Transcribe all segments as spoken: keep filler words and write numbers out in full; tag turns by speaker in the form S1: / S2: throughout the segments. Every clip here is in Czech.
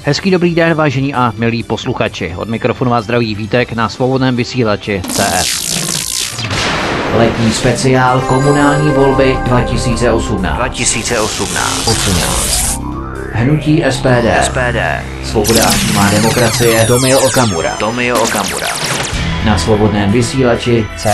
S1: Hezký dobrý den, vážení a milí posluchači. Od mikrofonu vás zdraví Vítek na svobodném vysílači C F. Letní speciál komunální volby dva tisíce osmnáct.
S2: dva tisíce osmnáct.
S1: osmnáct. Hnutí S P D.
S2: S P D.
S1: Svoboda a přímá demokracie. Tomio Okamura.
S2: Tomio Okamura.
S1: Na svobodném vysílači C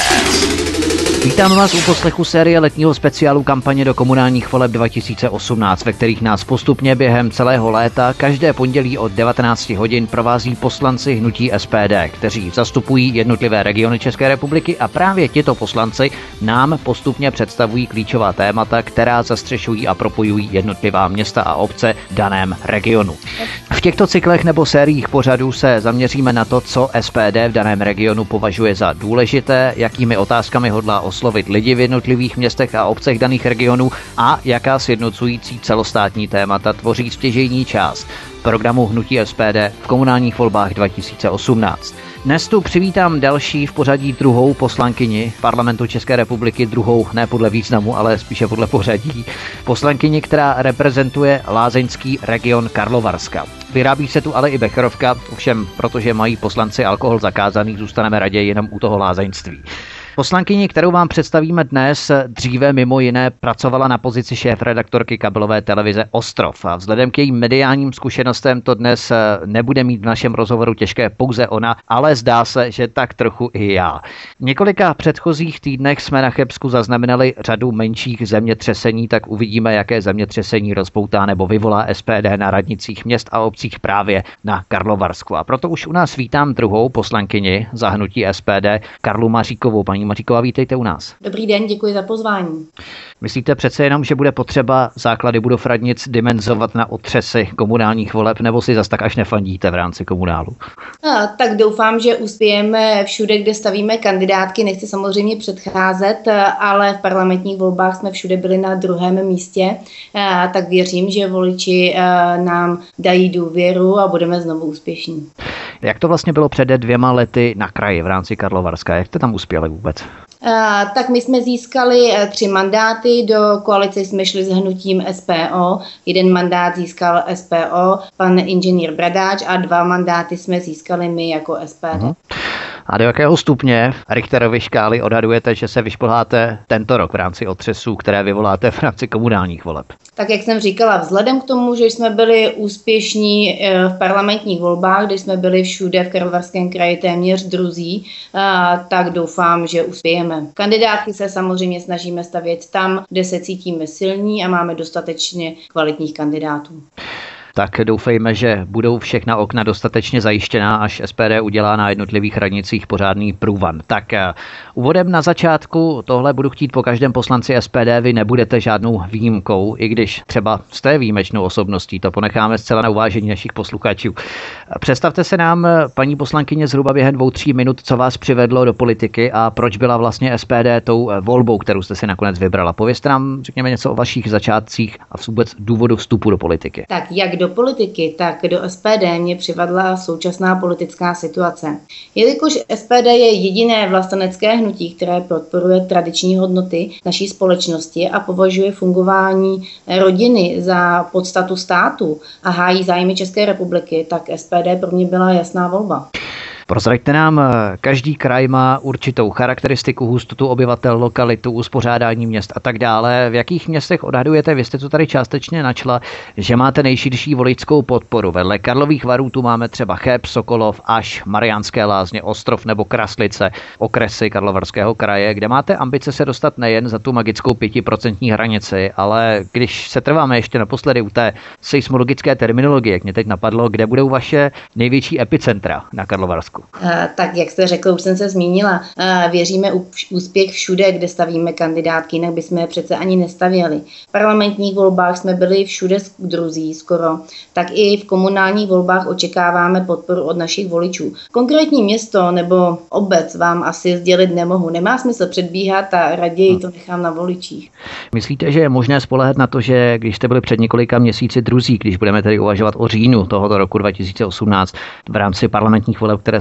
S1: F. Vítám vás u poslechu série letního speciálu kampaně do komunálních voleb dva tisíce osmnáct, ve kterých nás postupně během celého léta každé pondělí od devatenáct hodin provází poslanci hnutí S P D, kteří zastupují jednotlivé regiony České republiky, a právě tito poslanci nám postupně představují klíčová témata, která zastřešují a propojují jednotlivá města a obce v daném regionu. V těchto cyklech nebo sériích pořadů se zaměříme na to, co S P D v daném regionu považuje za důležité, jakými otázkami hodlá oslovit lidi v jednotlivých městech a obcech daných regionů a jaká sjednocující celostátní témata tvoří stěžejní část programu hnutí S P D v komunálních volbách dva tisíce osmnáct. Dnes tu přivítám další v pořadí druhou poslankyni Parlamentu České republiky, druhou ne podle významu, ale spíše podle pořadí. Poslankyni, která reprezentuje lázeňský region Karlovarska. Vyrábí se tu ale i becherovka, ovšem protože mají poslanci alkohol zakázaný, zůstaneme raději jenom u toho lázeňství. Poslankyni, kterou vám představíme dnes, dříve mimo jiné pracovala na pozici šéfredaktorky kabelové televize Ostrov. A vzhledem k jejím mediálním zkušenostem to dnes nebude mít v našem rozhovoru těžké pouze ona, ale zdá se, že tak trochu i já. V několika předchozích týdnech jsme na Chebsku zaznamenali řadu menších zemětřesení, tak uvidíme, jaké zemětřesení rozpoutá nebo vyvolá S P D na radnicích měst a obcích právě na Karlovarsku. A proto už u nás vítám druhou poslankyni za hnutí S P D, Karlu Maříkovou. Paní Maříková, vítejte u nás.
S3: Dobrý den, děkuji za pozvání.
S1: Myslíte přece jenom, že bude potřeba základy budov radnic dimenzovat na otřesy komunálních voleb, nebo si zas tak až nefandíte v rámci komunálu?
S3: A, tak doufám, že uspějeme všude, kde stavíme kandidátky. Nechci samozřejmě předcházet, ale v parlamentních volbách jsme všude byli na druhém místě, a, tak věřím, že voliči a, nám dají důvěru a budeme znovu úspěšní.
S1: Jak to vlastně bylo před dvěma lety na kraji v rámci Karlovarska? Jak jste tam uspěli vůbec?
S3: Uh, tak my jsme získali uh, tři mandáty, do koalice jsme šli s hnutím S P O, jeden mandát získal S P O, pan inženýr Bradáč, a dva mandáty jsme získali my jako S P D. Uh-huh.
S1: A do jakého stupně Richterovy škály odhadujete, že se vyšplháte tento rok v rámci otřesů, které vyvoláte v rámci komunálních voleb?
S3: Tak jak jsem říkala, vzhledem k tomu, že jsme byli úspěšní v parlamentních volbách, kde jsme byli všude v Karlovarském kraji téměř druzí, tak doufám, že uspějeme. Kandidátky se samozřejmě snažíme stavět tam, kde se cítíme silní a máme dostatečně kvalitních kandidátů.
S1: Tak doufejme, že budou všechna okna dostatečně zajištěná, až S P D udělá na jednotlivých radnicích pořádný průvan. Tak úvodem na začátku tohle budu chtít po každém poslanci S P D, vy nebudete žádnou výjimkou, i když třeba jste výjimečnou osobností, to ponecháme zcela na uvážení našich posluchačů. Představte se nám, paní poslankyně, zhruba během dvou, tří minut, co vás přivedlo do politiky a proč byla vlastně S P D tou volbou, kterou jste si nakonec vybrala. Povězte nám, řekněme, něco o vašich začátcích a vůbec důvodu vstupu do politiky.
S3: Tak jak do politiky, tak do S P D mě přivedla současná politická situace. Jelikož S P D je jediné vlastenecké hnutí, které podporuje tradiční hodnoty naší společnosti a považuje fungování rodiny za podstatu státu a hájí zájmy České republiky, tak S P D pro mě byla jasná volba.
S1: Prozraďte nám, každý kraj má určitou charakteristiku, hustotu obyvatel, lokalitu, uspořádání měst a tak dále. V jakých městech odhadujete, vy jste to tady částečně načla, že máte nejširší voličskou podporu? Vedle Karlových Varů tu máme třeba Cheb, Sokolov, Aš, Mariánské Lázně, Ostrov nebo Kraslice, okresy Karlovarského kraje, kde máte ambice se dostat nejen za tu magickou pětiprocentní hranici, ale když se trváme ještě naposledy u té seismologické terminologie, jak mě teď napadlo, kde budou vaše největší epicentra na Karlovarsku?
S3: Uh, tak jak jste řekl, už jsem se zmínila, uh, věříme u úspěch všude, kde stavíme kandidátky, jinak bychom je přece ani nestavěli. V parlamentních volbách jsme byli všude druzí skoro, tak i v komunálních volbách očekáváme podporu od našich voličů. Konkrétní město nebo obec vám asi sdělit nemohu. Nemá smysl předbíhat a raději to nechám na voličích.
S1: Myslíte, že je možné spoléhat na to, že když jste byli před několika měsíci druzí, když budeme tedy uvažovat o říjnu tohoto roku dva tisíce osmnáct v rámci parlamentních voleb, které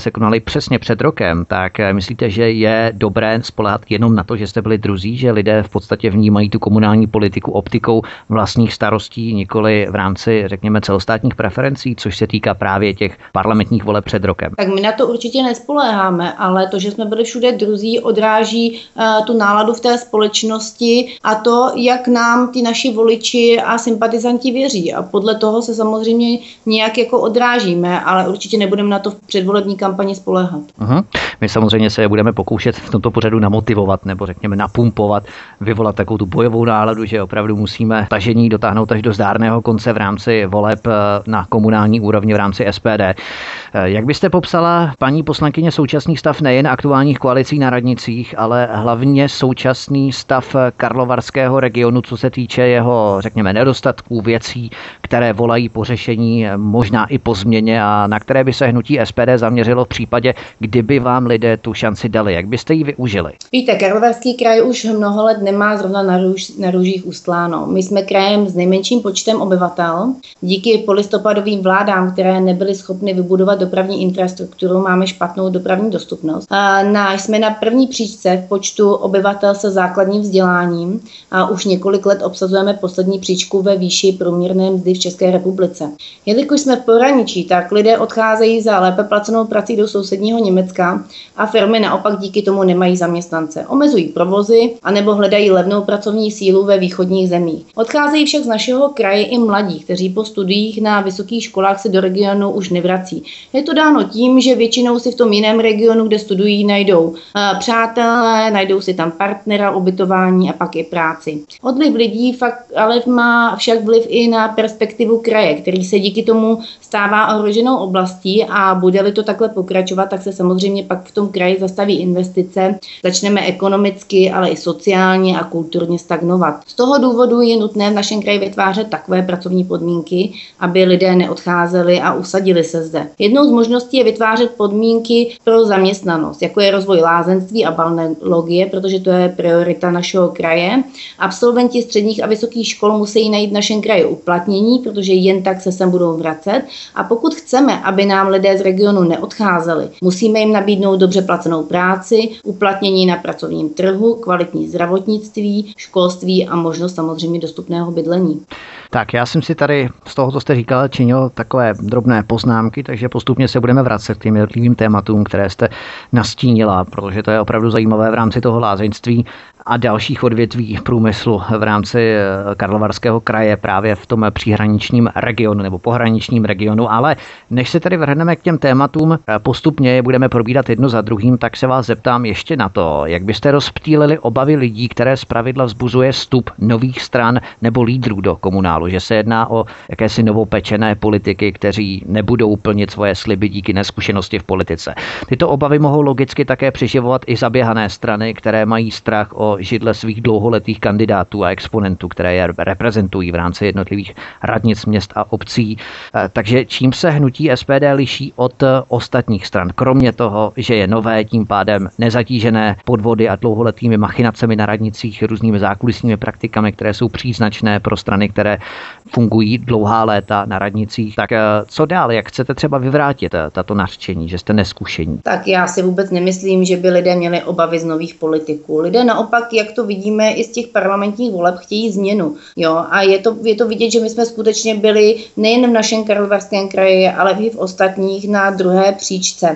S1: se konaly přesně před rokem, tak myslíte, že je dobré spoléhat jenom na to, že jste byli druzí, že lidé v podstatě vnímají tu komunální politiku optikou vlastních starostí, nikoli v rámci, řekněme, celostátních preferencí, což se týká právě těch parlamentních voleb před rokem?
S3: Tak my na to určitě nespoléháme, ale to, že jsme byli všude druzí, odráží uh, tu náladu v té společnosti a to, jak nám ty naši voliči a sympatizanti věří. A podle toho se samozřejmě nějak jako odrážíme, ale určitě nebudeme na to v předvolební kampani spoléhat.
S1: Uh-huh. My samozřejmě se budeme pokoušet v tomto pořadu namotivovat nebo řekněme napumpovat, vyvolat takovou tu bojovou náladu, že opravdu musíme tažení dotáhnout až do zdárného konce v rámci voleb na komunální úrovni v rámci S P D. Jak byste popsala, paní poslankyně, současný stav nejen aktuálních koalicí na radnicích, ale hlavně současný stav karlovarského regionu, co se týče jeho, řekněme, nedostatků, věcí, které volají po řešení, možná i po změně a na které by se hnutí S P D zaměřilo v případě, kdyby vám lidé tu šanci dali? Jak byste ji využili?
S3: Víte, Karlovarský kraj už mnoho let nemá zrovna na, růž, na růžích ustláno. My jsme krajem s nejmenším počtem obyvatel. Díky polistopadovým vládám, které nebyly schopny vybudovat dopravní infrastrukturu, máme špatnou dopravní dostupnost. A na, jsme na první příčce v počtu obyvatel se základním vzděláním a už několik let obsazujeme poslední příčku ve výši průměrné mzdy v České republice. Jelikož jsme v pohraničí, tak lidé odcházejí za lépe placenou prací do sousedního Německa a firmy naopak díky tomu nemají zaměstnance. Omezují provozy anebo hledají levnou pracovní sílu ve východních zemích. Odcházejí však z našeho kraje i mladí, kteří po studiích na vysokých školách se do regionu už nevrací. Je to dáno tím, že většinou si v tom jiném regionu, kde studují, najdou přátelé, najdou si tam partnera, ubytování a pak i práci. Odliv lidí fakt ale má však vliv i na perspektivu kraje, který se díky tomu stává ohroženou oblastí a bude-li to takhle pokračovat, tak se samozřejmě pak v tom kraji zastaví investice, začneme ekonomicky, ale i sociálně a kulturně stagnovat. Z toho důvodu je nutné v našem kraji vytvářet takové pracovní podmínky, aby lidé neodcházeli a usadili se zde. Jednou z možností je vytvářet podmínky pro zaměstnanost, jako je rozvoj lázeňství a balneologie, protože to je priorita našeho kraje. Absolventi středních a vysokých škol musí najít v našem kraji uplatnění, protože jen tak se sem budou vracet. A pokud chceme, aby nám lidé z regionu neodcházeli, musíme jim nabídnout dobře placenou práci, uplatnění na pracovním trhu, kvalitní zdravotnictví, školství a možnost samozřejmě dostupného bydlení.
S1: Tak já jsem si tady z toho, co jste říkala, činil takové drobné poznámky, takže postupně se budeme vracet k těm jednotlivým tématům, které jste nastínila, protože to je opravdu zajímavé v rámci toho lázeňství a dalších odvětví průmyslu v rámci Karlovarského kraje právě v tom příhraničním regionu nebo pohraničním regionu. Ale než se tady vrhneme k těm tématům, postupně je budeme probírat jedno za druhým, tak se vás zeptám ještě na to, jak byste rozptýlili obavy lidí, které zpravidla vzbuzuje vstup nových stran nebo lídrů do komunálu, že se jedná o jakési novopečené politiky, kteří nebudou plnit svoje sliby díky neskušenosti v politice. Tyto obavy mohou logicky také přiživovat i zaběhané strany, které mají strach o židle svých dlouholetých kandidátů a exponentů, které je reprezentují v rámci jednotlivých radnic měst a obcí. Takže čím se hnutí S P D liší od ostatních stran? Kromě toho, že je nové, tím pádem nezatížené podvody a dlouholetými machinacemi na radnicích, různými zákulisními praktikami, které jsou příznačné pro strany, které fungují dlouhá léta na radnicích. Tak co dál? Jak chcete třeba vyvrátit tato nařčení, že jste neskušení?
S3: Tak já si vůbec nemyslím, že by lidé měli obavy z nových politiků. Lidé naopak, jak to vidíme i z těch parlamentních voleb, chtějí změnu. Jo? A je to, je to vidět, že my jsme skutečně byli nejen v našem Karlovarském kraji, ale i v ostatních na druhé příčce.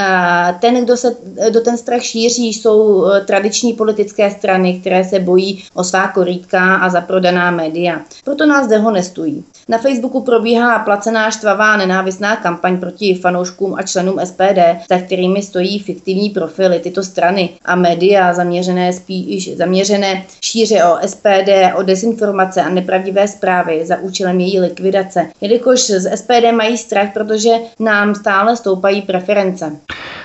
S3: Ten, kdo, se, kdo ten strach šíří, jsou tradiční politické strany, které se bojí o svá korýtka a zaprodaná média. Proto nás dehonestují. Na Facebooku probíhá placená štvavá nenávistná kampaň proti fanouškům a členům S P D, za kterými stojí fiktivní profily. Tyto strany a média zaměřené spíš zaměřené šíře o S P D, o dezinformace a nepravdivé zprávy za účelem její likvidace. Jelikož z S P D mají strach, protože nám stále stoupají preference.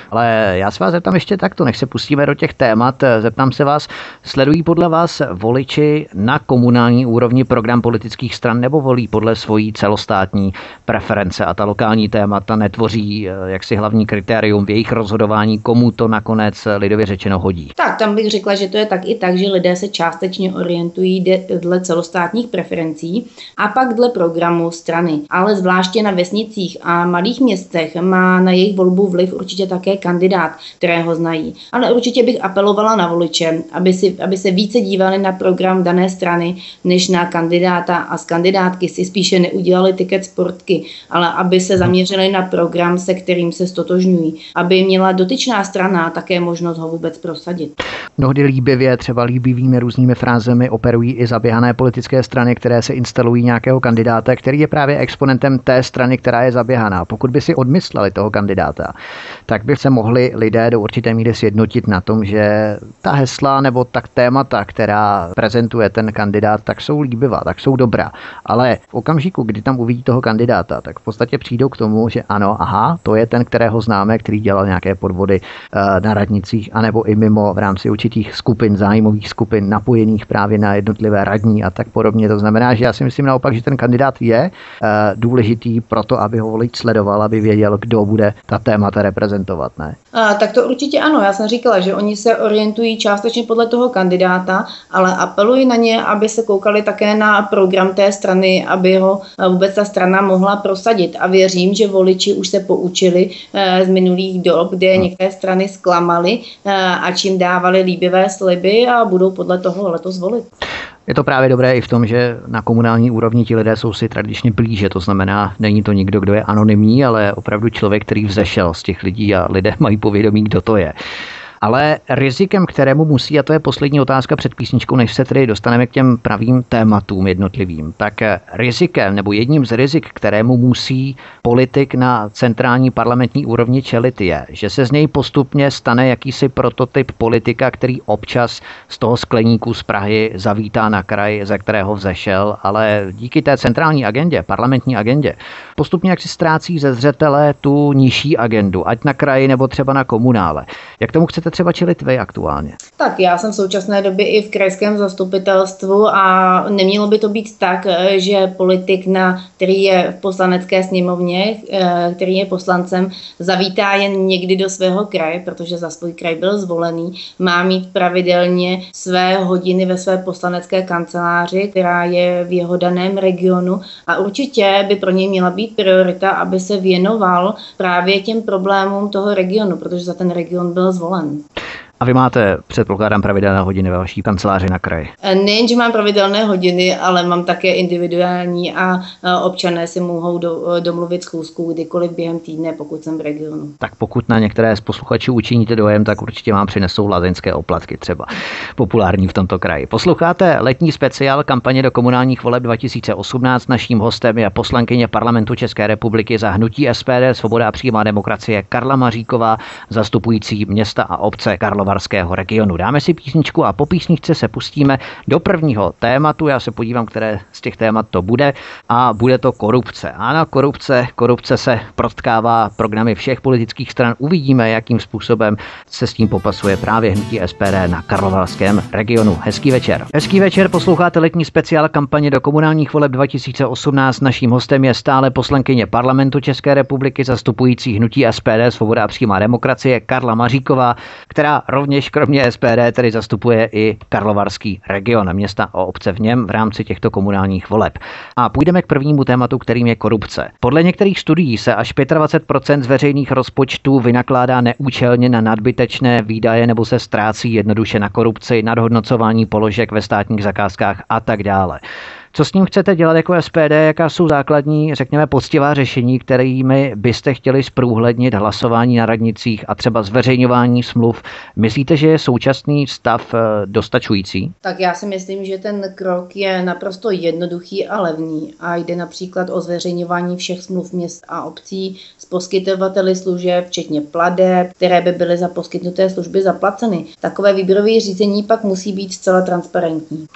S1: Ale já se vás zeptám ještě takto, než se pustíme do těch témat, zeptám se vás, sledují podle vás voliči na komunální úrovni program politických stran nebo volí podle svojí celostátní preference a ta lokální témata netvoří jaksi hlavní kritérium v jejich rozhodování, komu to nakonec lidově řečeno hodí?
S3: Tak, tam bych řekla, že to je tak i tak, že lidé se částečně orientují dle celostátních preferencí a pak dle programu strany. Ale zvláště na vesnicích a malých městech má na jejich volbu vliv určitě také kandidát, kterého znají. Ale určitě bych apelovala na voliče, aby, si, aby se více dívali na program dané strany, než na kandidáta a z kandidátky si spíše neudělali tiket sportky, ale aby se zaměřili na program, se kterým se stotožňují, aby měla dotyčná strana také možnost ho vůbec prosadit.
S1: Mnohdy líbivě, třeba líbivými různými frázemi operují i zaběhané politické strany, které se instalují nějakého kandidáta, který je právě exponentem té strany, která je zaběhaná. Pokud by si odmysleli toho kandidáta, tak by se mohli lidé do určité míry sjednotit na tom, že ta hesla nebo tak témata, která prezentuje ten kandidát, tak jsou líbivá, tak jsou dobrá. Ale v okamžiku, kdy tam uvidí toho kandidáta, tak v podstatě přijdou k tomu, že ano, aha, to je ten, kterého známe, který dělal nějaké podvody uh, na radnicích, anebo i mimo v rámci určitých skupin, zájmových skupin, napojených právě na jednotlivé radní a tak podobně. To znamená, že já si myslím naopak, že ten kandidát je uh, důležitý pro to, aby ho volič sledoval, aby věděl, kdo bude ta témata reprezentovat, ne?
S3: A, tak to určitě ano. Já jsem říkala, že oni se orientují částečně podle toho kandidáta, ale apeluji na ně, aby se koukali také na program té strany, aby ho vůbec ta strana mohla prosadit. A věřím, že voliči už se poučili uh, z minulých dob, kde hmm. některé strany zklamaly uh, a čím dávali líbivé sliby a budou podle toho letos volit.
S1: Je to právě dobré i v tom, že na komunální úrovni ti lidé jsou si tradičně blíže, to znamená, není to nikdo, kdo je anonymní, ale opravdu člověk, který vzešel z těch lidí a lidé mají povědomí, kdo to je. Ale rizikem, kterému musí, a to je poslední otázka před písničkou, než se tedy dostaneme k těm pravým tématům jednotlivým, tak rizikem nebo jedním z rizik, kterému musí politik na centrální parlamentní úrovni čelit, je, že se z něj postupně stane jakýsi prototyp politika, který občas z toho skleníku z Prahy zavítá na kraj, ze kterého vzešel, ale díky té centrální agendě, parlamentní agendě, postupně jak si ztrácí ze zřetele tu nižší agendu, ať na kraji nebo třeba na komunále. Jak tomu chcete třeba čelit vy aktuálně?
S3: Tak já jsem v současné době i v krajském zastupitelstvu a nemělo by to být tak, že politik, na, který je v poslanecké sněmovně, který je poslancem, zavítá jen někdy do svého kraje, protože za svůj kraj byl zvolený, má mít pravidelně své hodiny ve své poslanecké kanceláři, která je v jeho daném regionu a určitě by pro něj měla být priorita, aby se věnoval právě těm problémům toho regionu, protože za ten region byl zvolen.
S1: A vy máte, předpokládám, pravidelné hodiny ve vaší kanceláři na kraji?
S3: Nejen, že mám pravidelné hodiny, ale mám také individuální a občané si mohou do, domluvit schůzku kdykoliv během týdne, pokud jsem v regionu.
S1: Tak pokud na některé z posluchačů učiníte dojem, tak určitě vám přinesou lázeňské oplatky třeba, populární v tomto kraji. Posloucháte letní speciál kampaně do komunálních voleb dva tisíce osmnáct. Naším hostem je poslankyně Parlamentu České republiky za hnutí S P D Svoboda a přímá demokracie Karla Maříková, zastupující města a obce Karlovarského regionu. Dáme si písničku a po písničce se pustíme do prvního tématu. Já se podívám, které z těch témat to bude a bude to korupce. Ano, korupce, korupce se protkává programy všech politických stran. Uvidíme, jakým způsobem se s tím popasuje právě hnutí S P D na Karlovarském regionu. Hezký večer. Hezký večer, posloucháte letní speciál kampaně do komunálních voleb dva tisíce osmnáct. Naším hostem je stále poslankyně Parlamentu České republiky zastupující hnutí S P D Svoboda a přímá demokracie Karla Maříková, která rovněž kromě S P D tedy zastupuje i Karlovarský region, města a obce v něm v rámci těchto komunálních voleb. A půjdeme k prvnímu tématu, kterým je korupce. Podle některých studií se až dvacet pět procent z veřejných rozpočtů vynakládá neúčelně na nadbytečné výdaje nebo se ztrácí jednoduše na korupci, nadhodnocování položek ve státních zakázkách a tak dále. Co s ním chcete dělat jako S P D? Jaká jsou základní, řekněme, poctivá řešení, kterými byste chtěli zprůhlednit hlasování na radnicích a třeba zveřejňování smluv? Myslíte, že je současný stav dostačující?
S3: Tak já si myslím, že ten krok je naprosto jednoduchý a levný a jde například o zveřejňování všech smluv měst a obcí s poskytovateli služeb, včetně plateb, které by byly za poskytnuté služby zaplaceny. Takové výběrové řízení pak musí být zcela transparentní.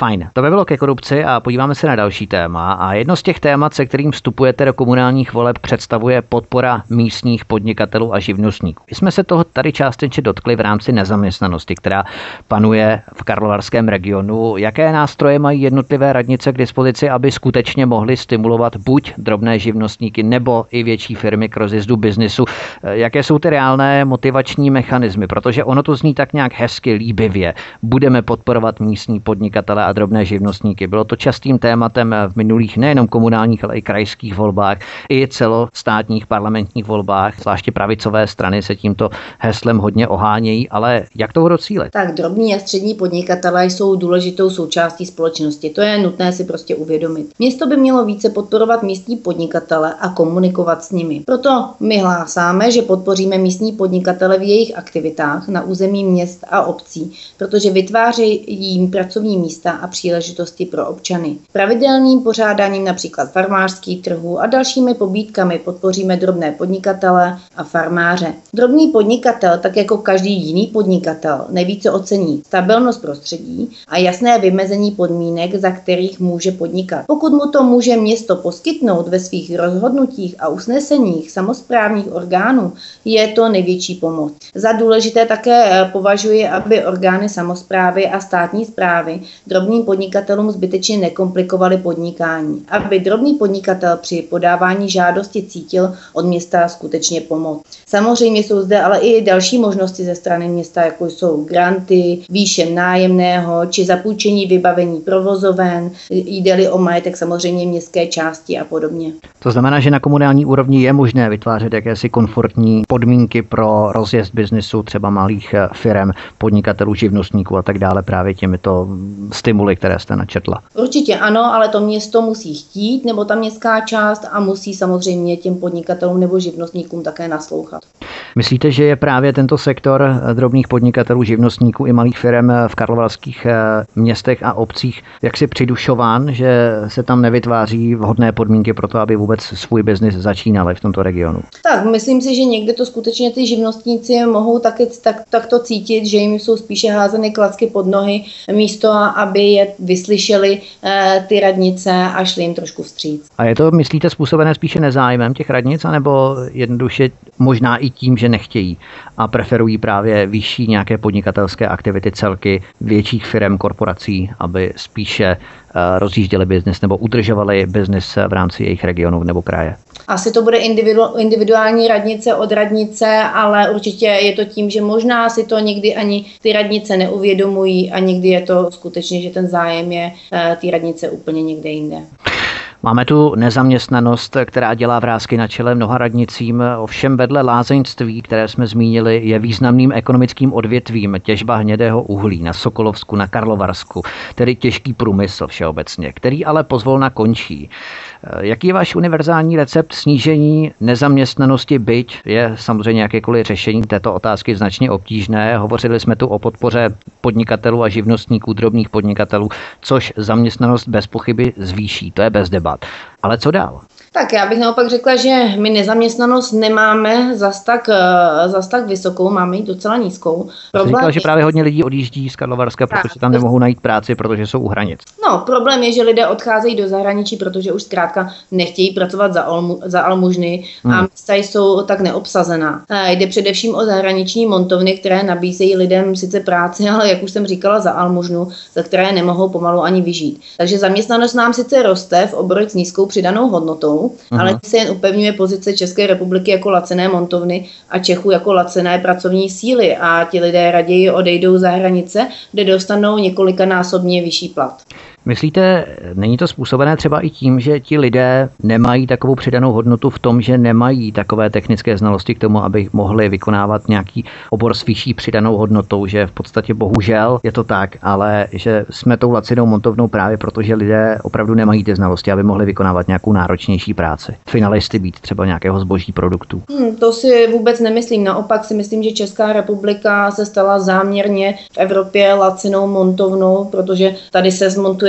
S1: Fajn, to by bylo ke korupci a podíváme se na další téma. A jedno z těch témat, se kterým vstupujete do komunálních voleb, představuje podpora místních podnikatelů a živnostníků. My jsme se toho tady částečně dotkli v rámci nezaměstnanosti, která panuje v Karlovarském regionu. Jaké nástroje mají jednotlivé radnice k dispozici, aby skutečně mohly stimulovat buď drobné živnostníky nebo i větší firmy k rozjezdu biznisu? Jaké jsou ty reálné motivační mechanismy? Protože ono to zní tak nějak hezky, líbivě. Budeme podporovat místní podnikatele a drobné živnostníky. Bylo to častým tématem v minulých nejenom komunálních, ale i krajských volbách, i celostátních parlamentních volbách. Zvláště pravicové strany se tímto heslem hodně ohánějí, ale jak toho docílit?
S3: Tak drobní a střední podnikatelé jsou důležitou součástí společnosti. To je nutné si prostě uvědomit. Město by mělo více podporovat místní podnikatele a komunikovat s nimi. Proto my hlásáme, že podpoříme místní podnikatele v jejich aktivitách na území měst a obcí, protože vytvářejí jim pracovní místa a příležitosti pro občany. Pravidelným pořádáním například farmářských trhů a dalšími pobídkami podpoříme drobné podnikatele a farmáře. Drobný podnikatel, tak jako každý jiný podnikatel, nejvíce ocení stabilnost prostředí a jasné vymezení podmínek, za kterých může podnikat. Pokud mu to může město poskytnout ve svých rozhodnutích a usneseních samosprávních orgánů, je to největší pomoc. Za důležité také považuji, aby orgány samosprávy a státní správy drobným podnikatelům zbytečně nekomplikovaly podnikání, aby drobný podnikatel při podávání žádosti cítil od města skutečně pomoc. Samozřejmě jsou zde ale i další možnosti ze strany města, jako jsou granty, výše nájemného či zapůjčení vybavení provozoven, jde-li o majetek samozřejmě městské části a podobně.
S1: To znamená, že na komunální úrovni je možné vytvářet jakési komfortní podmínky pro rozjezd biznisu třeba malých firem, podnikatelů, živnostníků a tak dále právě těmito stimuly, které jste načetla.
S3: Určitě ano, ale to město musí chtít, nebo ta městská část, a musí samozřejmě těm podnikatelům nebo živnostníkům také naslouchat.
S1: Myslíte, že je právě tento sektor drobných podnikatelů, živnostníků i malých firem v karlovarských městech a obcích jaksi přidušován, že se tam nevytváří vhodné podmínky pro to, aby vůbec svůj biznis začínali v tomto regionu?
S3: Tak, myslím si, že někde to skutečně ty živnostníci mohou taky tak, takto cítit, že jim jsou spíše házeny klacky pod nohy, místo aby je vyslyšeli eh, ty radnice a šli jim trošku vstříc.
S1: A je to, myslíte, způsobené spíše nezájmem těch radnic, anebo jednoduše možná i tím, že nechtějí a preferují právě vyšší nějaké podnikatelské aktivity celky větších firem, korporací, aby spíše rozjížděli biznis nebo udržovali biznis v rámci jejich regionů nebo kraje?
S3: Asi to bude individu, individuální radnice od radnice, ale určitě je to tím, že možná si to někdy ani ty radnice neuvědomují a někdy je to skutečně, že ten zájem je ty radnice úplně někde jinde.
S1: Máme tu nezaměstnanost, která dělá vrásky na čele mnoha radnicím, ovšem vedle lázeňství, které jsme zmínili, je významným ekonomickým odvětvím těžba hnědého uhlí na Sokolovsku, na Karlovarsku, tedy těžký průmysl všeobecně, který ale pozvolna končí. Jaký je váš univerzální recept snížení nezaměstnanosti, byť je samozřejmě jakékoliv řešení této otázky značně obtížné? Hovořili jsme tu o podpoře podnikatelů a živnostníků, drobných podnikatelů, což zaměstnanost bez pochyby zvýší, to je bez debat. Ale co dál?
S3: Tak já bych naopak řekla, že my nezaměstnanost nemáme zas tak, zas tak vysokou, máme ji docela nízkou.
S1: Problém říkal, je, že právě hodně lidí odjíždí z Karlovarska, protože tam nemohou najít práci, protože jsou u hranic.
S3: No, problém je, že lidé odcházejí do zahraničí, protože už zkrátka nechtějí pracovat za, almu, za almužny hmm. a místa jsou tak neobsazená. Jde především o zahraniční montovny, které nabízejí lidem sice práci, ale jak už jsem říkala, za almužnu, za které nemohou pomalu ani vyžít. Takže zaměstnanost nám sice roste v oborech s nízkou přidanou hodnotou, Uhum. ale se jen upevňuje pozice České republiky jako laciné montovny a Čechů jako laciné pracovní síly a ti lidé raději odejdou za hranice, kde dostanou několikanásobně vyšší plat.
S1: Myslíte, není to způsobené třeba i tím, že ti lidé nemají takovou přidanou hodnotu v tom, že nemají takové technické znalosti k tomu, aby mohli vykonávat nějaký obor s vyšší přidanou hodnotou, že v podstatě bohužel je to tak, ale že jsme tou lacinou montovnou právě proto, že lidé opravdu nemají ty znalosti, aby mohli vykonávat nějakou náročnější práci. Finalisty být třeba nějakého zboží produktu. Hmm,
S3: to si vůbec nemyslím. Naopak si myslím, že Česká republika se stala záměrně v Evropě lacinou montovnou, protože tady se zmontuje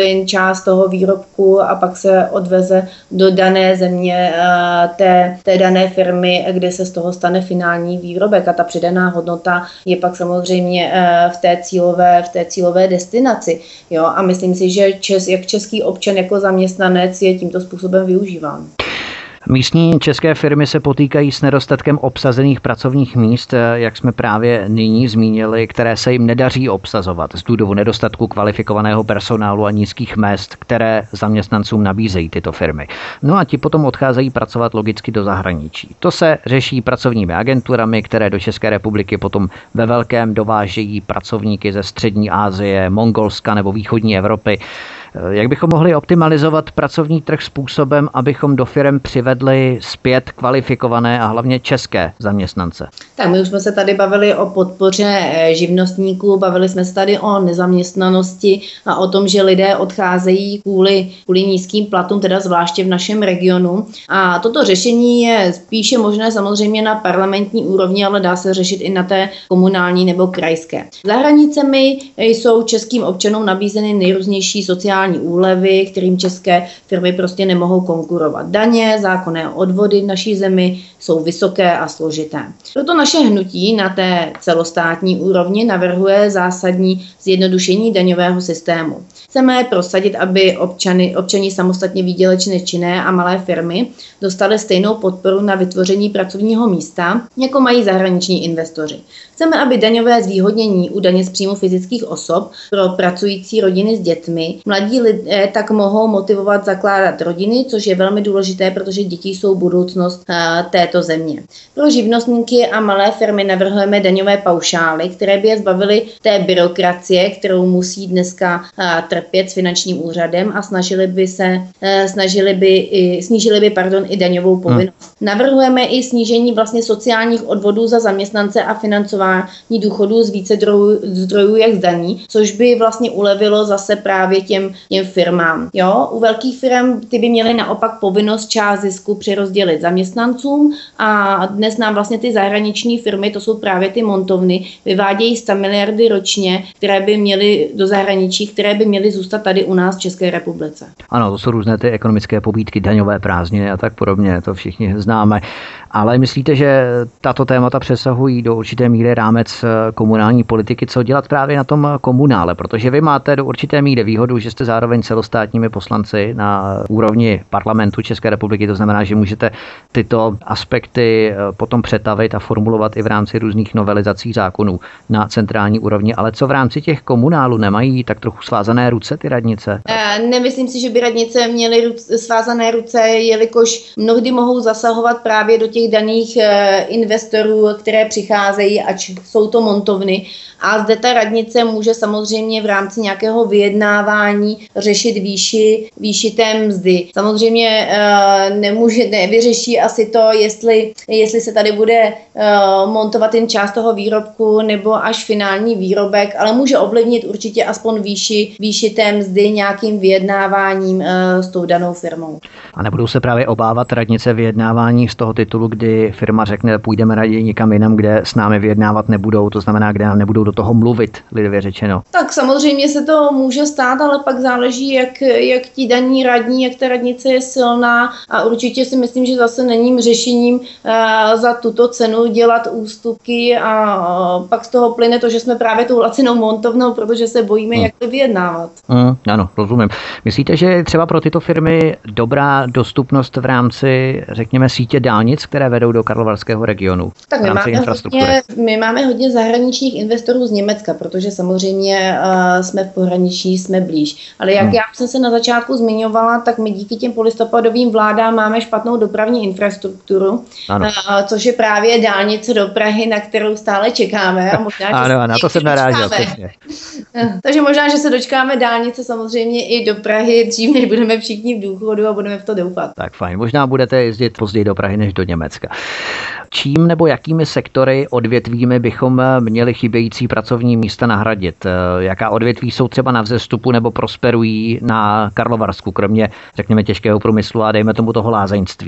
S3: plyn, část toho výrobku a pak se odveze do dané země té, té dané firmy, kde se z toho stane finální výrobek a ta přidaná hodnota je pak samozřejmě v té cílové, v té cílové destinaci. Jo? A myslím si, že čes, jak český občan jako zaměstnanec je tímto způsobem využíván.
S1: Místní české firmy se potýkají s nedostatkem obsazených pracovních míst, jak jsme právě nyní zmínili, které se jim nedaří obsazovat z důvodu nedostatku kvalifikovaného personálu a nízkých mezd, které zaměstnancům nabízejí tyto firmy. No a ti potom odcházejí pracovat logicky do zahraničí. To se řeší pracovními agenturami, které do České republiky potom ve velkém dovážejí pracovníky ze střední Asie, Mongolska nebo východní Evropy. Jak bychom mohli optimalizovat pracovní trh způsobem, abychom do firem přivedli zpět kvalifikované a hlavně české zaměstnance?
S3: Tak my už jsme se tady bavili o podpoře živnostníků, bavili jsme se tady o nezaměstnanosti a o tom, že lidé odcházejí kvůli, kvůli nízkým platům, teda zvláště v našem regionu. A toto řešení je spíše možné samozřejmě na parlamentní úrovni, ale dá se řešit i na té komunální nebo krajské. Za hranicemi jsou českým občanům nabízeny nejrůznější sociální úlevy, kterým české firmy prostě nemohou konkurovat. Daně, zákonné odvody v naší zemi jsou vysoké a složité. Proto naše hnutí na té celostátní úrovni navrhuje zásadní zjednodušení daňového systému. Chceme prosadit, aby občany, občani samostatně výdělečně činné a malé firmy dostali stejnou podporu na vytvoření pracovního místa, jako mají zahraniční investoři. Chceme, aby daňové zvýhodnění u daně z příjmu fyzických osob pro pracující rodiny s dětmi, mladí lidé tak mohou motivovat zakládat rodiny, což je velmi důležité, protože děti jsou budoucnost uh, této země. Pro živnostníky a malé firmy navrhujeme daňové paušály, které by je zbavily té byrokracie, kterou musí dneska uh, trpět s finančním úřadem a snažili by se uh, snažili by i, snížili by pardon, i daňovou povinnost. Hmm. Navrhujeme i snížení vlastně sociálních odvodů za zaměstnance a financování důchodů z více zdrojů, zdrojů jak z daní, což by vlastně ulevilo zase právě těm, těm firmám. Jo? U velkých firm ty by měly naopak povinnost část zisku přerozdělit zaměstnancům a dnes nám vlastně ty zahraniční firmy, to jsou právě ty montovny, vyvádějí sto miliardy ročně, které by měly do zahraničí, které by měly zůstat tady u nás v České republice.
S1: Ano, to jsou různé ty ekonomické pobídky, daňové prázdniny a tak podobně, to všichni známe. Ale myslíte, že tato témata přesahují do určité míry rámec komunální politiky, co dělat právě na tom komunále, protože vy máte do určité míry výhodu, že jste zároveň celostátními poslanci na úrovni parlamentu České republiky, to znamená, že můžete tyto aspekty potom přetavit a formulovat i v rámci různých novelizací zákonů na centrální úrovni, ale co v rámci těch komunálů, nemají tak trochu svázané ruce ty radnice?
S3: Nemyslím si, že by radnice měly svázané ruce, jelikož mnohdy mohou zasahovat právě do těch daných investorů, které přicházejí, ač jsou to montovny. A zde ta radnice může samozřejmě v rámci nějakého vyjednávání řešit výši, výši té mzdy. Samozřejmě uh, nemůže, nevyřeší asi to, jestli, jestli se tady bude uh, montovat jen část toho výrobku nebo až finální výrobek, ale může ovlivnit určitě aspoň výši, výši té mzdy nějakým vyjednáváním uh, s tou danou firmou.
S1: A nebudou se právě obávat radnice vyjednávání z toho titulu, kdy firma řekne, půjdeme raději někam jinam, kde s námi vyjednávat nebudou, to znamená, kde nám nebudou do toho mluvit, lidově řečeno.
S3: Tak samozřejmě se to může stát, ale pak záleží, jak, jak ti daní radní, jak ta radnice je silná a určitě si myslím, že zase není řešením uh, za tuto cenu dělat ústupky a uh, pak z toho plyne to, že jsme právě tou lacinou montovnou, protože se bojíme, hmm. jak to vyjednávat.
S1: Hmm, ano, rozumím. Myslíte, že je třeba pro tyto firmy dobrá dostupnost v rámci, řekněme, sítě dálnic, které vedou do Karlovarského regionu?
S3: Tak my máme, hodně, my máme hodně zahraničních investorů z Německa, protože samozřejmě uh, jsme v pohraničí, jsme blíž. Ale jak hmm. já jsem se na začátku zmiňovala, tak my díky těm polistopadovým vládám máme špatnou dopravní infrastrukturu, uh, což je právě dálnice do Prahy, na kterou stále čekáme. A možná,
S1: ano, na to jsem narážel.
S3: Takže možná, že se dočkáme dálnice samozřejmě i do Prahy dřív, než budeme všichni v důchodu a budeme v to doufat.
S1: Tak fajn, možná budete jezdit později do Prahy než do Německa. Čím nebo jakými sektory, odvětvími bychom měli chybějící pracovní místa nahradit? Jaká odvětví jsou třeba na vzestupu nebo prosperují na Karlovarsku, kromě, řekněme, těžkého průmyslu a dejme tomu toho lázeňství?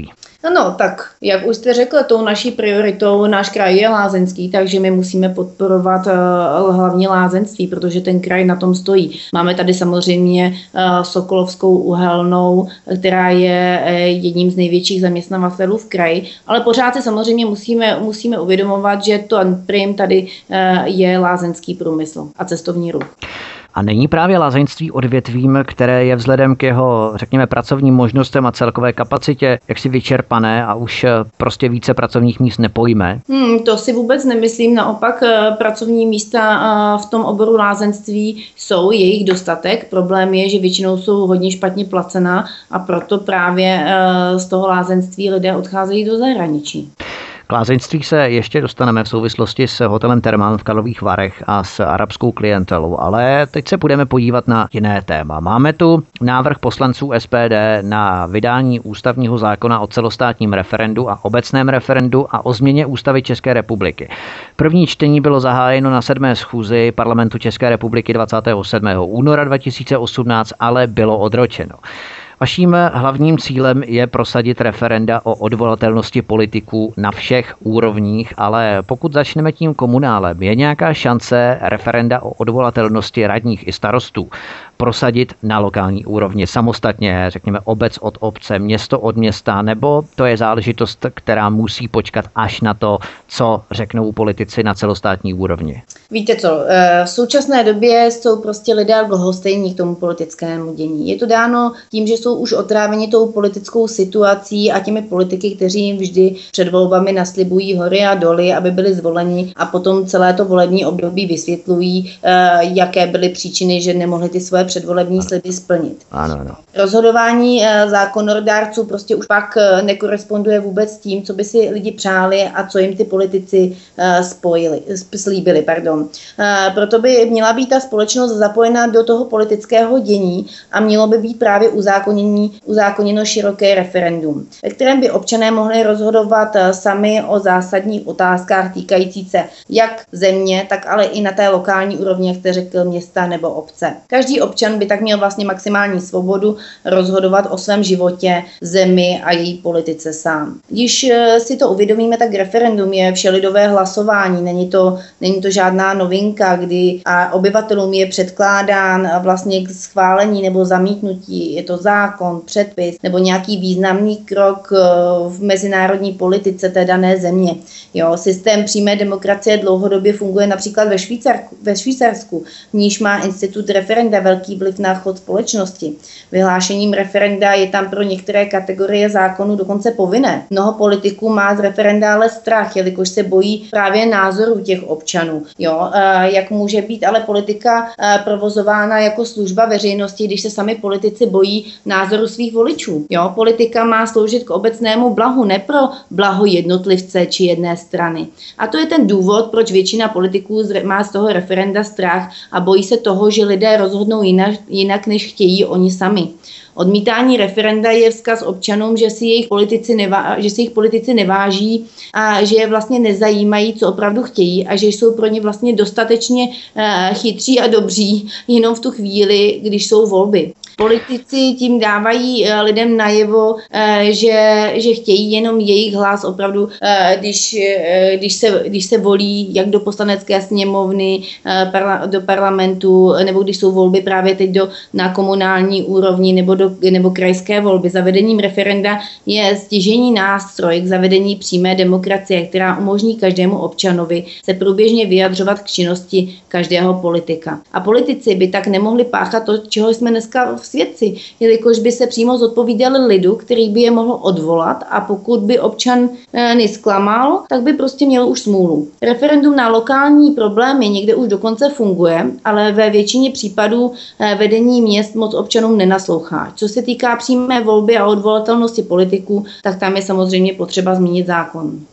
S3: No tak, jak už jste řekl, tou naší prioritou náš kraj je lázeňský, takže my musíme podporovat uh, hlavně lázeňství, protože ten kraj na tom stojí. Máme tady samozřejmě uh, Sokolovskou uhelnou, která je uh, jedním z největších zaměstnavatelů v kraji, ale pořád si samozřejmě musíme, musíme uvědomovat, že to prim tady uh, je lázeňský průmysl a cestovní ruch.
S1: A není právě lázeňství odvětvím, které je vzhledem k jeho, řekněme, pracovním možnostem a celkové kapacitě jaksi vyčerpané a už prostě více pracovních míst nepojme?
S3: Hmm, to si vůbec nemyslím. Naopak pracovní místa v tom oboru lázeňství jsou, jejich dostatek. Problém je, že většinou jsou hodně špatně placená a proto právě z toho lázeňství lidé odcházejí do zahraničí.
S1: K lázeňství se ještě dostaneme v souvislosti s hotelem Thermal v Karlových Varech a s arabskou klientelou, ale teď se budeme podívat na jiné téma. Máme tu návrh poslanců S P D na vydání ústavního zákona o celostátním referendu a obecném referendu a o změně ústavy České republiky. První čtení bylo zahájeno na sedmé schůzi parlamentu České republiky dvacátého sedmého února dva tisíce osmnáct, ale bylo odročeno. Vaším hlavním cílem je prosadit referenda o odvolatelnosti politiků na všech úrovních, ale pokud začneme tím komunálem, je nějaká šance referenda o odvolatelnosti radních i starostů prosadit na lokální úrovni samostatně, řekněme obec od obce, město od města, nebo to je záležitost, která musí počkat až na to, co řeknou politici na celostátní úrovni?
S3: Víte co, v současné době jsou prostě lidé lhostejní k tomu politickému dění. Je to dáno tím, že jsou už otráveni tou politickou situací a těmi politiky, kteří jim vždy před volbami naslibují hory a doly, aby byli zvoleni a potom celé to volební období vysvětlují, jaké byly příčiny, že nemohli ty svoje předvolební sliby splnit.
S1: Ano, ano.
S3: Rozhodování zákonodárců prostě už pak nekoresponduje vůbec s tím, co by si lidi přáli a co jim ty politici spojili, slíbili. Pardon. Proto by měla být ta společnost zapojena do toho politického dění a mělo by být právě uzákonění, uzákoněno široké referendum, ve kterém by občané mohli rozhodovat sami o zásadních otázkách týkající se jak země, tak ale i na té lokální úrovni, jak jste řekl, města nebo obce. Každý občan by tak měl vlastně maximální svobodu rozhodovat o svém životě, zemi a její politice sám. Když si to uvědomíme, tak referendum je všelidové hlasování, není to, není to žádná novinka, kdy a obyvatelům je předkládán vlastně k schválení nebo zamítnutí, je to zákon, předpis nebo nějaký významný krok v mezinárodní politice té dané země. Jo, systém přímé demokracie dlouhodobě funguje například ve Švýcarsku, ve Švýcarsku, v níž má institut referenda velký vliv na chod společnosti. Vyhlášením referenda je tam pro některé kategorie zákonů dokonce povinné. Mnoho politiků má z referenda ale strach, jelikož se bojí právě názorů těch občanů. Jo, jak může být ale politika provozována jako služba veřejnosti, když se sami politici bojí názoru svých voličů. Jo, politika má sloužit k obecnému blahu, ne pro blaho jednotlivce či jedné strany. A to je ten důvod, proč většina politiků má z toho referenda strach a bojí se toho, že lidé rozhodnou jinak, jinak než chtějí oni sami. Odmítání referenda je vzkaz občanům, že si jejich politici, nevá, že si jejich politici neváží a že je vlastně nezajímají, co opravdu chtějí a že jsou pro ně vlastně dostatečně uh, chytří a dobří jenom v tu chvíli, když jsou volby. Politici tím dávají uh, lidem najevo, uh, že, že chtějí jenom jejich hlas opravdu, uh, když, uh, když, se, když se volí jak do poslanecké sněmovny, uh, parla, do parlamentu, nebo když jsou volby právě teď do, na komunální úrovni nebo do nebo krajské volby. Zavedením referenda je stěžejní nástroj k zavedení přímé demokracie, která umožní každému občanovi se průběžně vyjadřovat k činnosti každého politika. A politici by tak nemohli páchat to, čeho jsme dneska v svědci, jelikož by se přímo zodpovídali lidu, který by je mohl odvolat a pokud by občan nesklamal, tak by prostě měl už smůlu. Referendum na lokální problémy někde už dokonce funguje, ale ve většině případů vedení měst moc občanům nenaslouchá. Co se týká přímé volby a odvolatelnosti politiků, tak tam je samozřejmě potřeba změnit zákon.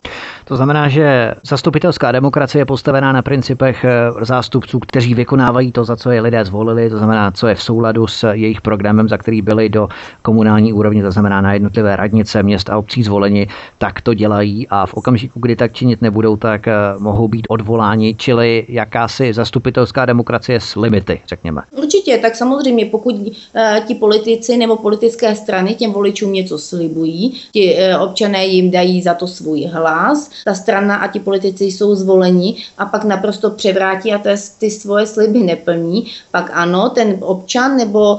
S1: To znamená, že zastupitelská demokracie je postavená na principech zástupců, kteří vykonávají to, za co je lidé zvolili, to znamená, co je v souladu s jejich programem, za který byli do komunální úrovně, to znamená na jednotlivé radnice, měst a obcí zvoleni, tak to dělají a v okamžiku, kdy tak činit nebudou, tak mohou být odvoláni, čili jakási zastupitelská demokracie s limity, řekněme.
S3: Určitě, tak samozřejmě, pokud uh, ti politici nebo politické strany těm voličům něco slibují, ti uh, občané jim dají za to svůj hlas, ta strana a ti politici jsou zvoleni a pak naprosto převrátí a ty, ty svoje sliby neplní, pak ano, ten občan nebo uh,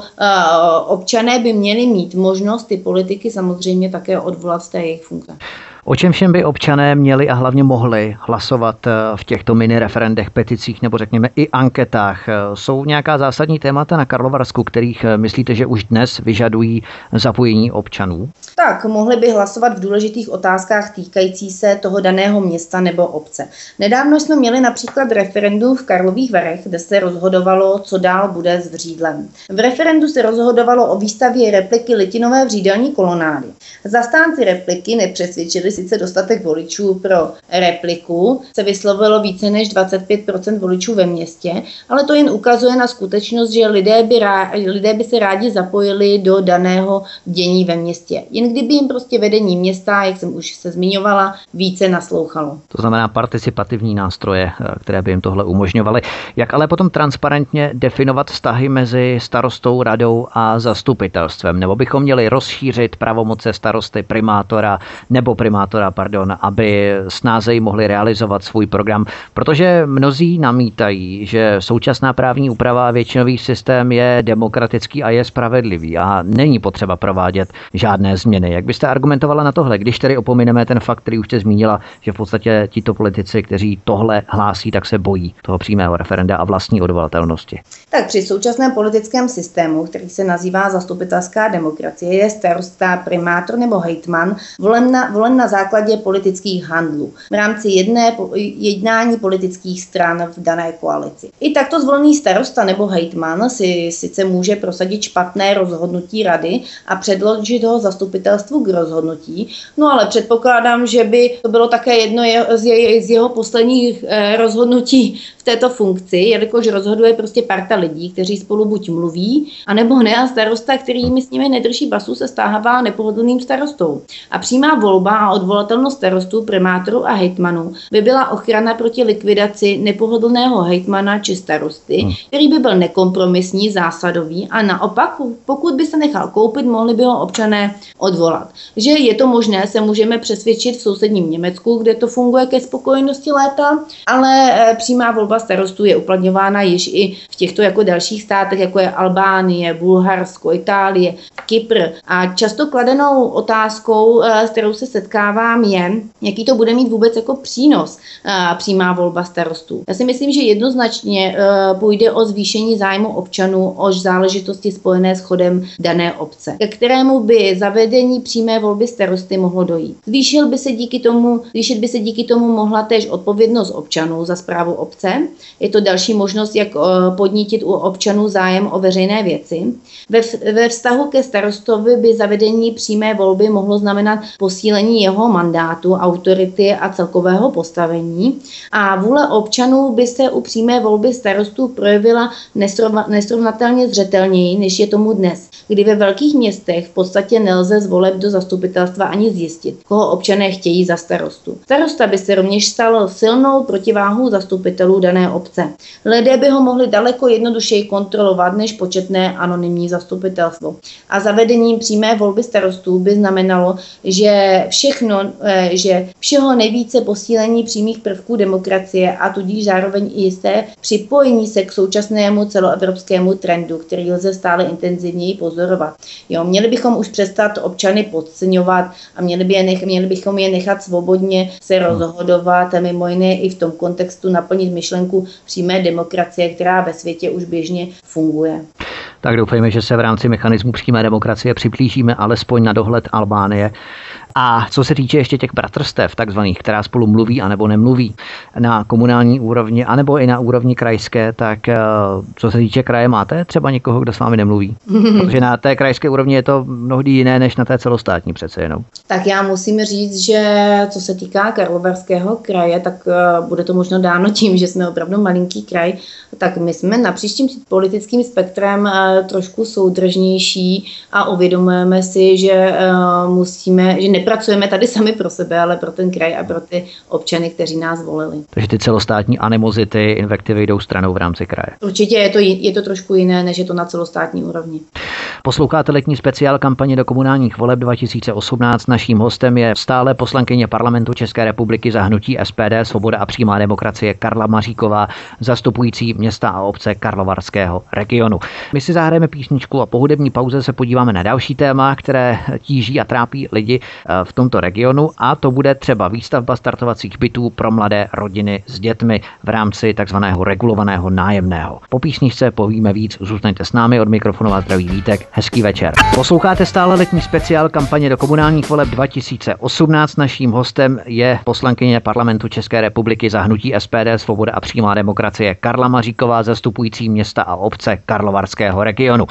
S3: občané by měli mít možnost ty politiky samozřejmě také odvolat z té jejich funkce.
S1: O čem všem by občané měli a hlavně mohli hlasovat v těchto mini referendech, peticích nebo řekněme i anketách? Jsou nějaká zásadní témata na Karlovarsku, kterých myslíte, že už dnes vyžadují zapojení občanů?
S3: Tak, mohli by hlasovat v důležitých otázkách týkající se toho daného města nebo obce. Nedávno jsme měli například referendum v Karlových Varech, kde se rozhodovalo, co dál bude s Vřídlem. V referendu se rozhodovalo o výstavě repliky litinové vřídelní kolonády. Zastánci repliky nepřesvědčili sice dostatek voličů pro repliku, se vyslovilo více než dvacet pět procent voličů ve městě, ale to jen ukazuje na skutečnost, že lidé by, rá, lidé by se rádi zapojili do daného dění ve městě. Jen kdyby jim prostě vedení města, jak jsem už se zmiňovala, více naslouchalo.
S1: To znamená participativní nástroje, které by jim tohle umožňovaly. Jak ale potom transparentně definovat vztahy mezi starostou, radou a zastupitelstvem? Nebo bychom měli rozšířit pravomoce starosty, primátora nebo primátora pardon, aby snázeji mohli realizovat svůj program, protože mnozí namítají, že současná právní úprava a většinový systém je demokratický a je spravedlivý a není potřeba provádět žádné změny. Jak byste argumentovala na tohle, když tedy opomineme ten fakt, který už jste zmínila, že v podstatě tito politici, kteří tohle hlásí, tak se bojí toho přímého referenda a vlastní odvolatelnosti?
S3: Tak při současném politickém systému, který se nazývá zastupitelská demokracie, je starosta, primátor nebo hejtman volen na, volen na základě politických handlů v rámci jedné jednání politických stran v dané koalici. I takto zvolený starosta nebo hejtman si sice může prosadit špatné rozhodnutí rady a předložit ho zastupitelstvu k rozhodnutí, no ale předpokládám, že by to bylo také jedno z, je, z jeho posledních eh, rozhodnutí v této funkci, jelikož rozhoduje prostě parta lidí, kteří spolu buď mluví, anebo ne a starosta, který s nimi nedrží basu, se stává nepohodlným starostou. A přímá volba a odvolatelnost starostů, primátorů a hejtmanů by byla ochrana proti likvidaci nepohodlného hejtmana či starosty, hmm. který by byl nekompromisní, zásadový a naopak, pokud by se nechal koupit, mohli by ho občané odvolat. Že je to možné, se můžeme přesvědčit v sousedním Německu, kde to funguje ke spokojenosti léta, ale přímá volba starostů je uplatňována již i v těchto jako dalších státech, jako je Albánie, Bulharsko, Itálie, Kypr. A často kladenou otázkou, s kterou se setkávám, je, jaký to bude mít vůbec jako přínos přímá volba starostů. Já si myslím, že jednoznačně půjde o zvýšení zájmu občanů o záležitosti spojené s chodem dané obce, ke kterému by zavedení přímé volby starosty mohlo dojít. Zvýšil by se díky tomu, zvýšit by se díky tomu mohla též odpovědnost občanů za správu obce. Je to další možnost, jak podnítit u občanů zájem o veřejné věci. Ve, ve vztahu ke starostovi by zavedení přímé volby mohlo znamenat posílení jeho mandátu, autority a celkového postavení. A vůle občanů by se u přímé volby starostů projevila nesrovnatelně zřetelněji, než je tomu dnes, kdy ve velkých městech v podstatě nelze z voleb do zastupitelstva ani zjistit, koho občané chtějí za starostu. Starosta by se rovněž stal silnou protiváhou zastupitelů dané obce. Lidé by ho mohli daleko jednodušeji kontrolovat než početné anonymní zastupitelstvo. A zavedením přímé volby starostů by znamenalo, že všechno, že všeho nejvíce posílení přímých prvků demokracie a tudíž zároveň i jisté připojení se k současnému celoevropskému trendu, který lze stále intenzivněji pozorovat. Jo, měli bychom už přestat občany podceňovat a měli, by je nech, měli bychom je nechat svobodně se rozhodovat a mimo jiné i v tom kontextu naplnit myšlenku přímé demokracie, která ve světě už běžně funguje.
S1: Tak doufejme, že se v rámci mechanismu přímé demokracie přiblížíme alespoň na dohled Albánie. A co se týče ještě těch bratrstev takzvaných, která spolu mluví anebo nemluví na komunální úrovni anebo i na úrovni krajské, tak co se týče kraje, máte třeba někoho, kdo s vámi nemluví? Protože na té krajské úrovni je to mnohdy jiné než na té celostátní přece jenom.
S3: Tak já musím říct, že co se týká Karlovarského kraje, tak bude to možno dáno tím, že jsme opravdu malinký kraj, tak my jsme napříč tím politickým spektrem trošku soudržnější a uvědomujeme si, že musíme, že nepracujeme tady sami pro sebe, ale pro ten kraj a pro ty občany, kteří nás volili.
S1: Takže ty celostátní animozity, invektivy jdou stranou v rámci kraje.
S3: Určitě je to, je to trošku jiné, než je to na celostátní úrovni.
S1: Posloucháte letní speciál kampaně do komunálních voleb dva tisíce osmnáct. Naším hostem je stále poslankyně Parlamentu České republiky za hnutí S P D, Svoboda a přímá demokracie Karla Maříková, zastupující města a obce Karlovarského regionu. My si zahrajeme písničku a po hudební pauze se podíváme na další téma, které tíží a trápí lidi v tomto regionu, a to bude třeba výstavba startovacích bytů pro mladé rodiny s dětmi v rámci takzvaného regulovaného nájemného. Po písničce povíme víc, zůstaňte s námi, od mikrofonu vás zdraví Vítek. Hezký večer. Posloucháte stále letní speciál kampaně do komunálních voleb dva tisíce osmnáct. Naším hostem je poslankyně Parlamentu České republiky za hnutí S P D, Svoboda a přímá demokracie Karla Maříková, zastupující města a obce Karlovarského regionu.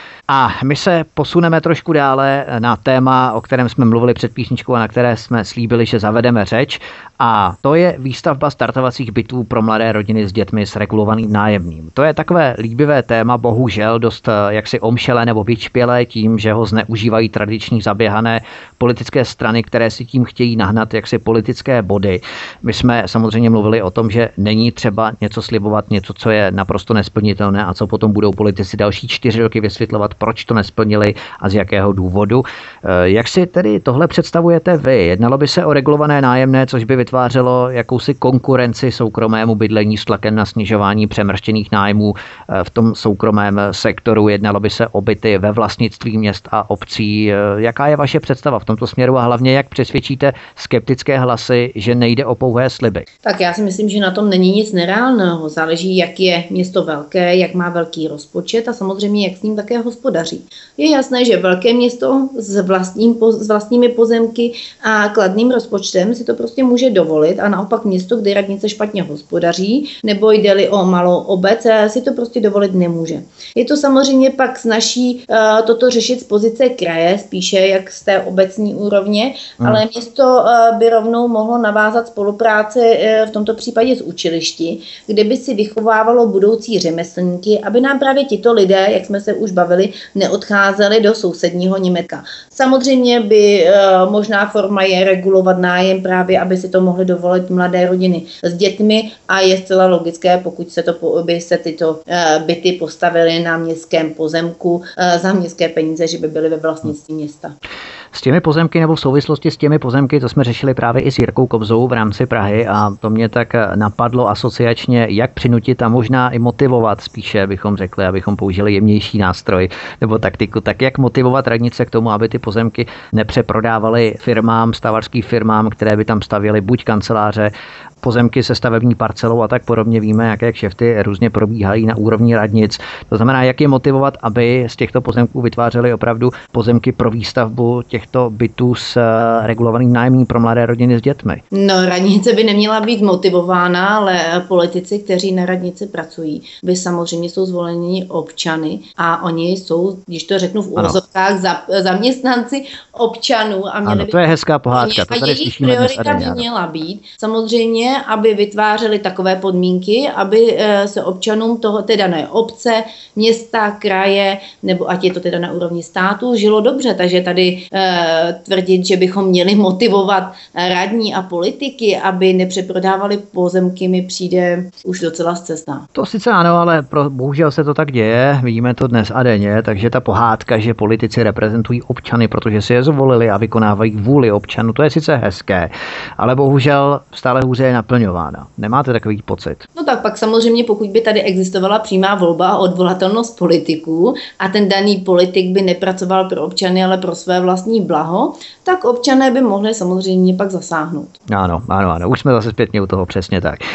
S1: A my se posuneme trošku dále na téma, o kterém jsme mluvili před písničkou a na které jsme slíbili, že zavedeme řeč. A to je výstavba startovacích bytů pro mladé rodiny s dětmi s regulovaným nájemným. To je takové líbivé téma, bohužel dost jaksi omšelé nebo vyčpělé tím, že ho zneužívají tradiční zaběhané politické strany, které si tím chtějí nahnat jaksi politické body. My jsme samozřejmě mluvili o tom, že není třeba něco slibovat, něco, co je naprosto nesplnitelné a co potom budou politici další čtyři roky vysvětlovat, proč to nesplnili a z jakého důvodu. Jak si tedy tohle představujete vy? Jednalo by se o regulované nájemné, což by vytvářelo jakousi konkurenci soukromému bydlení s tlakem na snižování přemrštěných nájmů v tom soukromém sektoru. Jednalo by se o byty ve vlastnictví měst a obcí. Jaká je vaše představa v tomto směru a hlavně jak přesvědčíte skeptické hlasy, že nejde o pouhé sliby?
S3: Tak já si myslím, že na tom není nic nereálného. Záleží, jak je město velké, jak má velký rozpočet a samozřejmě jak s ním také hospodaří. Je jasné, že velké město s, vlastním, s vlastními pozemky a kladným rozpočtem si to prostě může dovolit a naopak město, kde radnice špatně hospodaří, nebo jde-li o malou obec, si to prostě dovolit nemůže. Je to samozřejmě pak snaží uh, toto řešit z pozice kraje, spíše jak z té obecní úrovně, hmm. ale město uh, by rovnou mohlo navázat spolupráci uh, v tomto případě s učilišti, kde by si vychovávalo budoucí řemeslníky, aby nám právě tito lidé, jak jsme se už bavili, neodcházeli do sousedního Německa. Samozřejmě by uh, možná forma je regulovat nájem právě, aby si to mohly dovolit mladé rodiny s dětmi a je zcela logické, pokud se to, by se tyto uh, byty postavily na městském pozemku uh, za městské peníze, že by byly ve vlastnictví města.
S1: S těmi pozemky nebo v souvislosti s těmi pozemky, to jsme řešili právě i s Jirkou Kobzou v rámci Prahy a to mě tak napadlo asociačně, jak přinutit a možná i motivovat, spíše bychom řekli, abychom použili jemnější nástroj nebo taktiku, tak jak motivovat radnice k tomu, aby ty pozemky nepřeprodávaly firmám, stavařským firmám, které by tam stavěly buď kanceláře, pozemky se stavební parcelou a tak podobně. Víme, jaké kšefty různě probíhají na úrovni radnic. To znamená, jak je motivovat, aby z těchto pozemků vytvářely opravdu pozemky pro výstavbu těchto bytů s regulovaným nájemním pro mladé rodiny s dětmi.
S3: No, radnice by neměla být motivována, ale politici, kteří na radnici pracují, by samozřejmě jsou zvoleni občany a oni jsou, když to řeknu v úvozovkách, za, zaměstnanci občanů. A měli
S1: ano, to je hezká pohádka.
S3: To tady jejich priorita by měla být samozřejmě, aby vytvářeli takové podmínky, aby se občanům toho té dané obce, města, kraje, nebo ať je to teda na úrovni státu, žilo dobře. Takže tady e, tvrdit, že bychom měli motivovat radní a politiky, aby nepřeprodávali pozemky, mi přijde už docela zcestná.
S1: To sice ano, ale pro, bohužel se to tak děje, vidíme to dnes a denně, takže ta pohádka, že politici reprezentují občany, protože si je zvolili a vykonávají vůli občanů, to je sice hezké, ale bohužel stále hůře je naplňována. Nemáte takový pocit?
S3: No tak pak samozřejmě, pokud by tady existovala přímá volba a odvolatelnost politiků a ten daný politik by nepracoval pro občany, ale pro své vlastní blaho, tak občané by mohli samozřejmě pak zasáhnout.
S1: Ano, ano, ano. Už jsme zase zpětně u toho, přesně tak.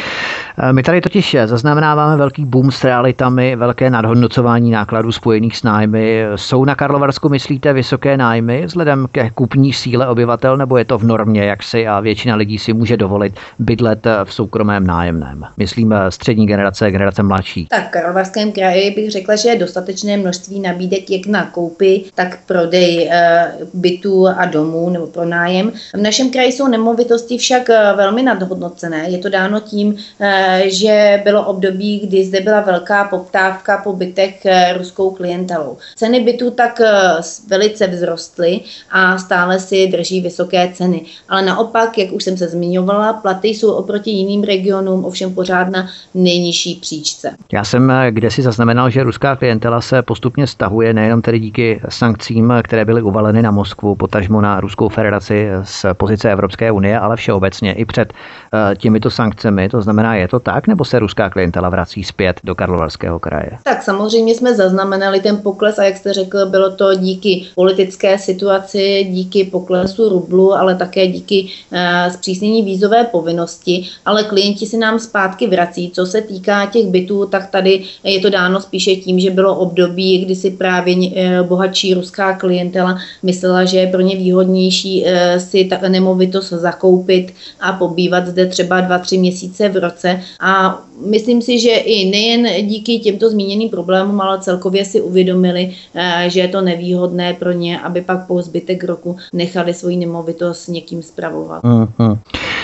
S1: My tady totiž zaznamenáváme velký boom s realitami, velké nadhodnocování nákladů spojených s nájmy. Jsou na Karlovarsku, myslíte, vysoké nájmy vzhledem ke kupní síle obyvatel, nebo je to v normě, jak si a většina lidí si může dovolit bydlet v soukromém nájemném? Myslím střední generace, generace mladší.
S3: Tak v Karlovarském kraji bych řekla, že je dostatečné množství nabídek jak na koupy, tak prodej e, bytů a domů nebo pro nájem. V našem kraji jsou nemovitosti však velmi nadhodnocené. Je to dáno tím, e, že bylo období, kdy zde byla velká poptávka po bytech e, ruskou klientelou. Ceny bytů tak e, velice vzrostly a stále si drží vysoké ceny. Ale naopak, jak už jsem se zmiňovala, platy jsou oproti jiným regionům ovšem pořád na nejnižší příčce.
S1: Já jsem kdesi zaznamenal, že ruská klientela se postupně stahuje nejenom tedy díky sankcím, které byly uvaleny na Moskvu, potažmo na Ruskou federaci z pozice Evropské unie, ale všeobecně i před těmito sankcemi. To znamená, je to tak, nebo se ruská klientela vrací zpět do Karlovarského kraje?
S3: Tak samozřejmě jsme zaznamenali ten pokles a jak jste řekl, bylo to díky politické situaci, díky poklesu rublu, ale také díky uh, zpřísnění vízové povinnosti, ale klienti si nám zpátky vrací. Co se týká těch bytů, tak tady je to dáno spíše tím, že bylo období, kdy si právě uh, bohatší ruská klientela myslela, že je pro ně výhodnější uh, si ta nemovitost zakoupit a pobývat zde třeba dva, tři měsíce v roce. A myslím si, že i nejen díky těmto zmíněným problémům, ale celkově si uvědomili, že je to nevýhodné pro ně, aby pak po zbytek roku nechali svoji nemovitost někým spravovat.
S1: Mm-hmm.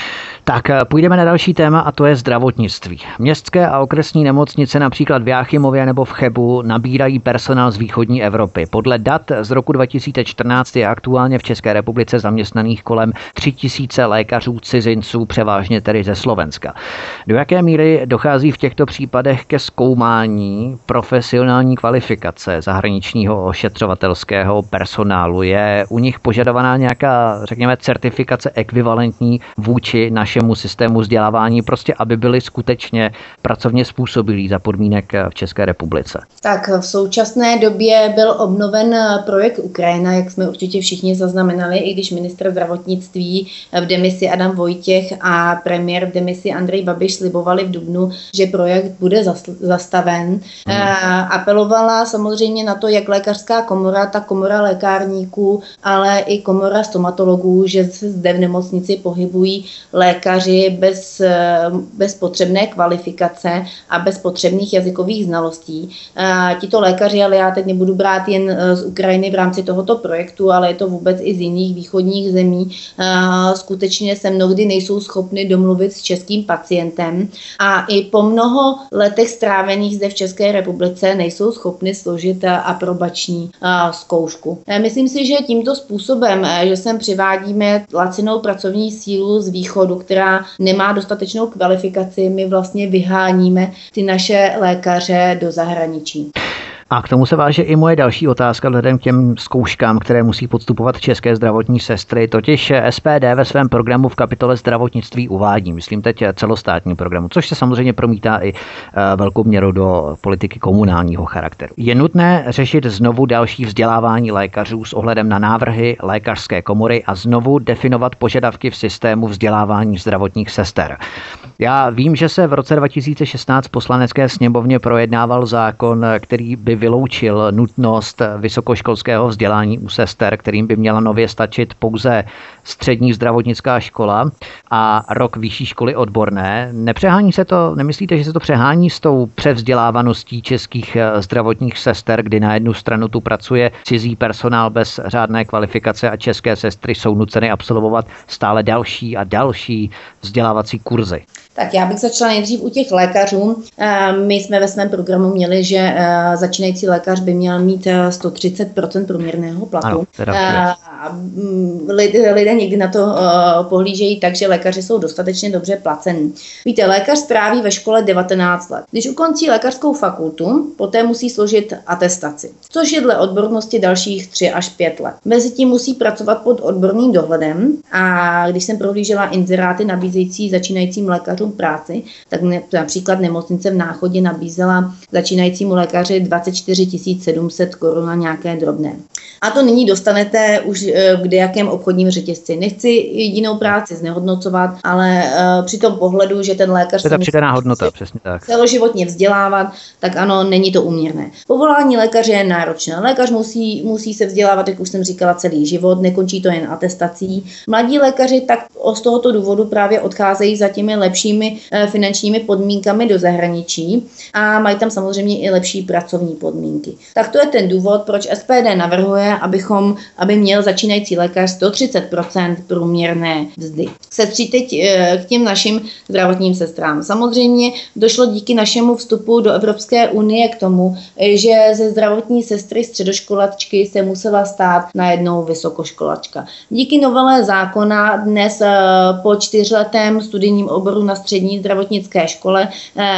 S1: Tak půjdeme na další téma a to je zdravotnictví. Městské a okresní nemocnice například v Jáchymově nebo v Chebu nabírají personál z východní Evropy. Podle dat z roku dva tisíce čtrnáct je aktuálně v České republice zaměstnaných kolem tři tisíce lékařů cizinců, převážně tedy ze Slovenska. Do jaké míry dochází v těchto případech ke zkoumání profesionální kvalifikace zahraničního ošetřovatelského personálu? Je u nich požadovaná nějaká, řekněme, certifikace ekvivalentní vůči našemu systému vzdělávání, prostě aby byli skutečně pracovně způsobilí za podmínek v České republice?
S3: Tak v současné době byl obnoven projekt Ukrajina, jak jsme určitě všichni zaznamenali, i když ministr zdravotnictví v demisi Adam Vojtěch a premiér v demisi Andrej Babiš slibovali v dubnu, že projekt bude zastaven. Hmm. Apelovala samozřejmě na to, jak lékařská komora, tak komora lékárníků, ale i komora stomatologů, že se zde v nemocnici pohybují lékaři bez, bez potřebné kvalifikace a bez potřebných jazykových znalostí. Tito lékaři, ale já teď nebudu brát jen z Ukrajiny v rámci tohoto projektu, ale je to vůbec i z jiných východních zemí, skutečně se mnohdy nejsou schopni domluvit s českým pacientem a i po mnoho letech strávených zde v České republice nejsou schopni složit aprobační zkoušku. Myslím si, že tímto způsobem, že sem přivádíme lacinou pracovní sílu z východu, která nemá dostatečnou kvalifikaci, my vlastně vyháníme ty naše lékaře do zahraničí.
S1: A k tomu se váže i moje další otázka vzhledem k těm zkouškám, které musí podstupovat české zdravotní sestry. Totiž S P D ve svém programu v kapitole zdravotnictví uvádí, myslím teď celostátní programu, což se samozřejmě promítá i velkou měrou do politiky komunálního charakteru. Je nutné řešit znovu další vzdělávání lékařů s ohledem na návrhy lékařské komory a znovu definovat požadavky v systému vzdělávání zdravotních sester. Já vím, že se v roce dva tisíce šestnáct v Poslanecké sněmovně projednával zákon, který by vyloučil nutnost vysokoškolského vzdělání u sester, kterým by měla nově stačit pouze střední zdravotnická škola a rok vyšší školy odborné. Nepřehání se to, nemyslíte, že se to přehání s tou převzdělávaností českých zdravotních sester, kdy na jednu stranu tu pracuje cizí personál bez řádné kvalifikace a české sestry jsou nuceny absolvovat stále další a další vzdělávací kurzy?
S3: Tak já bych začala nejdřív u těch lékařů. My jsme ve svém programu měli, že začínající lékař by měl mít sto třicet procent průměrného platu. Ano, teda, lidé, lidé někdy na to pohlížejí tak, že lékaři jsou dostatečně dobře placení. Víte, lékař stráví ve škole devatenáct let. Když ukončí lékařskou fakultu, poté musí složit atestaci, což je dle odbornosti dalších tři až pět let. Mezitím musí pracovat pod odborným dohledem a když jsem prohlížela inzeráty nabízející začínajícím lékařům práci, tak ne, například nemocnice v Náchodě nabízela začínajícímu lékaři dvacet čtyři tisíc sedm set korun na nějaké drobné. A to nyní dostanete už v jakém obchodním řetězci. Nechci jinou práci znehodnocovat, ale při tom pohledu, že ten lékař
S1: to je ta přidaná hodnota, přesně tak.
S3: Celoživotně vzdělávat, tak ano, není to úměrné. Povolání lékaře je náročné. Lékař musí, musí se vzdělávat, jak už jsem říkala, celý život, nekončí to jen atestací. Mladí lékaři tak z tohoto důvodu právě odcházejí za těmi lepšími finančními podmínkami do zahraničí a mají tam samozřejmě i lepší pracovní podmínky. Tak to je ten důvod, proč S P D navrhuje, abychom, aby měl začínající lékař sto třicet procent průměrné mzdy. Setří teď k těm našim zdravotním sestrám. Samozřejmě došlo díky našemu vstupu do Evropské unie k tomu, že ze zdravotní sestry středoškolačky se musela stát najednou vysokoškolačka. Díky novele zákona dnes po čtyřletém studijním oboru na střední zdravotnické škole,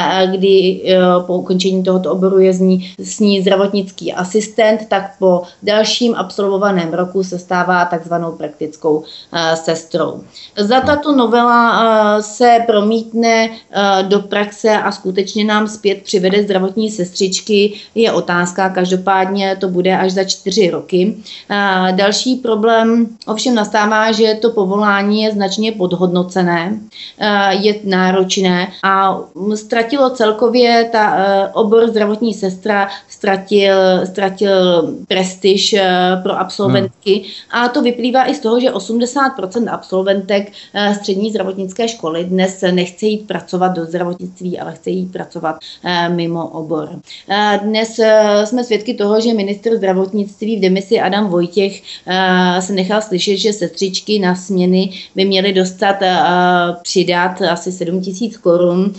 S3: kdy po ukončení tohoto oboru je z ní, s ní zdravotnický asistent, tak po dalším absolvovaném roku se stává takzvanou praktickou sestrou. Za tato novela se promítne do praxe a skutečně nám zpět přivede zdravotní sestřičky, je otázka, každopádně to bude až za čtyři roky. Další problém ovšem nastává, že to povolání je značně podhodnocené, je náročné a ztratilo celkově ta obor zdravotní sestra, ztratil, ztratil prestiž pro absolventky hmm. a to vyplývá i z toho, že osmdesát procent absolventek střední zdravotnické školy dnes nechce jít pracovat do zdravotnictví, ale chce jít pracovat mimo obor. Dnes jsme svědky toho, že ministr zdravotnictví v demisi Adam Vojtěch se nechal slyšet, že sestřičky na směny by měly dostat přidat asi sedm tisíc korun.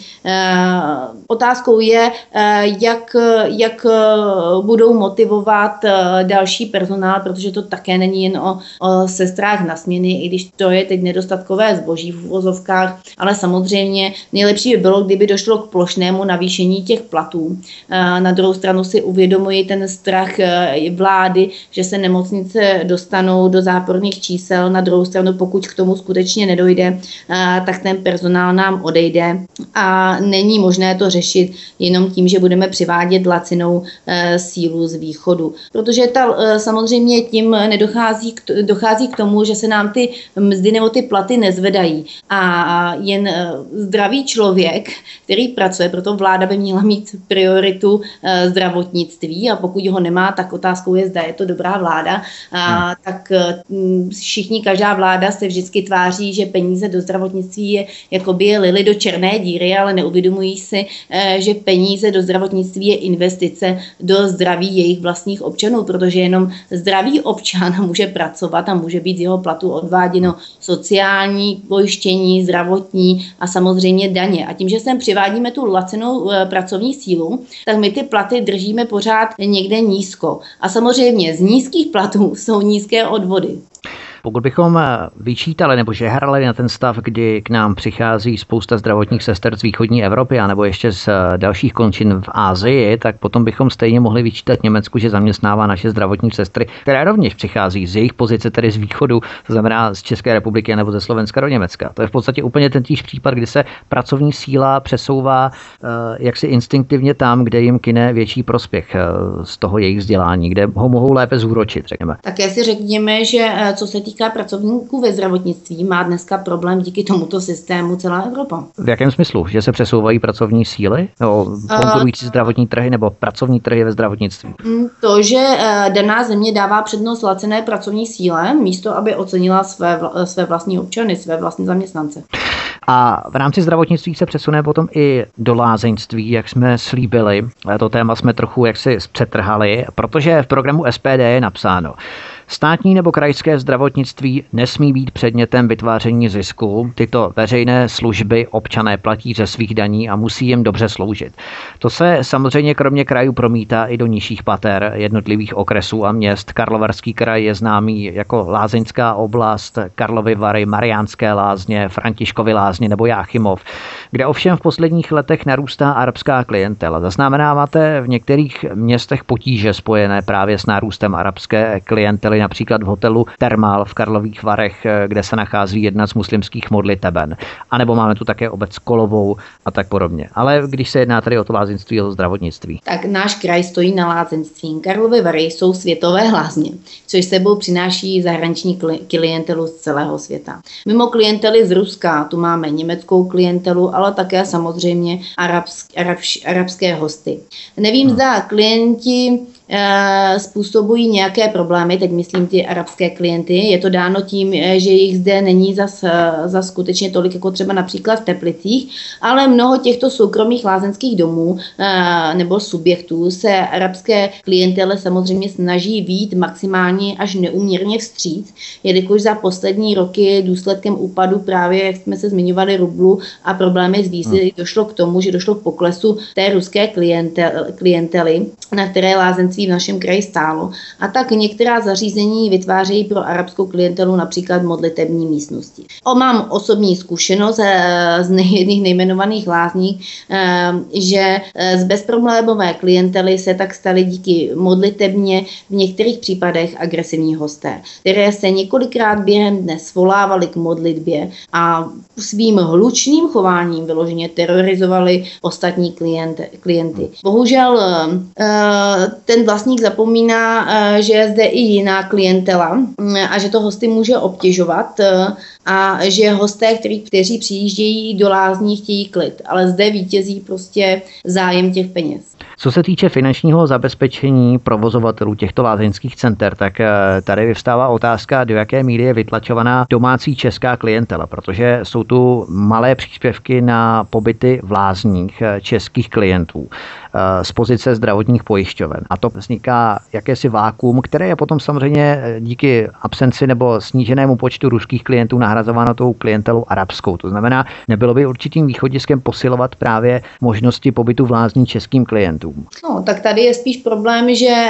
S3: Otázkou je, jak, jak budou motivovat další personál, protože to také není jen o, o sestrách na směny, i když to je teď nedostatkové zboží v uvozovkách, ale samozřejmě nejlepší by bylo, kdyby došlo k plošnému navýšení těch platů. Na druhou stranu si uvědomuji ten strach vlády, že se nemocnice dostanou do záporných čísel. Na druhou stranu, pokud k tomu skutečně nedojde, tak ten personál nám odejde a není možné to řešit jenom tím, že budeme přivádět lacinou sílu z východu. Protože ta, samozřejmě tím nedochází k, dochází k tomu, že se nám ty mzdy nebo ty platy nezvedají. A jen zdravý člověk, který pracuje, proto vláda by měla mít prioritu zdravotnictví a pokud ho nemá, tak otázkou je, zda je to dobrá vláda. A, tak všichni, každá vláda se vždycky tváří, že peníze do zdravotnictví je jako by lili do černé díry, ale neuvědomují si, že peníze do zdravotnictví je investice do zdraví jejich vlastních občanů, protože jenom zdravý občan může pracovat a může být z jeho platu odváděno sociální pojištění, zdravotní a samozřejmě daně. A tím, že sem přivádíme tu lacinou pracovní sílu, tak my ty platy držíme pořád někde nízko. A samozřejmě z nízkých platů jsou nízké odvody.
S1: Pokud bychom vyčítali nebo žehrali na ten stav, kdy k nám přichází spousta zdravotních sester z východní Evropy a nebo ještě z dalších končin v Asii, tak potom bychom stejně mohli vyčítat Německu, že zaměstnává naše zdravotní sestry, které rovněž přichází z jejich pozice, tedy z východu, to znamená z České republiky nebo ze Slovenska do Německa. To je v podstatě úplně ten týž případ, kdy se pracovní síla přesouvá jaksi instinktivně tam, kde jim kyne větší prospěch z toho jejich vzdělání, kde ho mohou lépe zúročit, řekněme.
S3: Také si řekněme, že co se týká pracovníků ve zdravotnictví, má dneska problém díky tomuto systému celá Evropa.
S1: V jakém smyslu? Že se přesouvají pracovní síly? No, konkurující zdravotní trhy nebo pracovní trhy ve zdravotnictví?
S3: To, že daná země dává přednost lacené pracovní síle, místo aby ocenila své, své vlastní občany, své vlastní zaměstnance.
S1: A v rámci zdravotnictví se přesune potom i do lázeňství, jak jsme slíbili. To téma jsme trochu jaksi přetrhali, protože v programu S P D je napsáno: státní nebo krajské zdravotnictví nesmí být předmětem vytváření zisku. Tyto veřejné služby občané platí ze svých daní a musí jim dobře sloužit. To se samozřejmě kromě krajů promítá i do nižších pater jednotlivých okresů a měst. Karlovarský kraj je známý jako lázeňská oblast, Karlovy Vary, Mariánské Lázně, Františkovy Lázně nebo Jáchymov, kde ovšem v posledních letech narůstá arabská klientela. Zaznamenáváte v některých městech potíže spojené právě s nárůstem arabské klientely například v hotelu Thermal v Karlových Varech, kde se nachází jedna z muslimských modliteben. A nebo máme tu také obec Kolovou a tak podobně. Ale když se jedná tady o to lázeňství, o zdravotnictví.
S3: Tak náš kraj stojí na lázeňství. Karlovy Vary jsou světové lázně, což sebou přináší zahraniční klientelu z celého světa. Mimo klientely z Ruska tu máme německou klientelu, ale také samozřejmě arabsk, arabš, arabské hosty. Nevím, hmm. zda klienti e, způsobují nějaké problémy, teď myslím ty arabské klienty. Je to dáno tím, že jich zde není zas, zas skutečně tolik, jako třeba například v Teplicích, ale mnoho těchto soukromých lázeňských domů e, nebo subjektů se arabské klientele samozřejmě snaží vyjít maximálně až neúměrně vstříc, jelikož za poslední roky důsledkem úpadu právě, jak jsme se zmiňovali, rublu a problémy s vízy hmm. došlo k tomu, že došlo k poklesu té ruské klientel, klientely, na které lázeňství v našem kraji stálo. A tak některá zařízení vytvářejí pro arabskou klientelu například modlitební místnosti. O, mám osobní zkušenost z jedných nejmenovaných lázní, že z bezproblémové klientely se tak staly díky modlitebně v některých případech agresivní hosté, které se několikrát během dne svolávali k modlitbě a svým hlučným chováním vyloženě terorizovali ostatní klient, klienty. Bohužel ten vlastník zapomíná, že je zde i jiná klientela a že to hosty může obtěžovat a že hosté, který, kteří přijíždějí do lázní, chtějí klid, ale zde vítězí prostě zájem těch peněz.
S1: Co se týče finančního zabezpečení provozovatelů těchto lázeňských center, tak tady vyvstává otázka, do jaké míry je vytlačovaná domácí česká klientela, protože jsou tu malé příspěvky na pobyty v lázních českých klientů z pozice zdravotních pojišťoven. A to vzniká jakési vákuum, které je potom samozřejmě díky absenci nebo sníženému počtu ruských klientů nahrazováno tou klientelou arabskou. To znamená, nebylo by určitým východiskem posilovat právě možnosti pobytu v lázní českým klientům.
S3: No, tak tady je spíš problém, že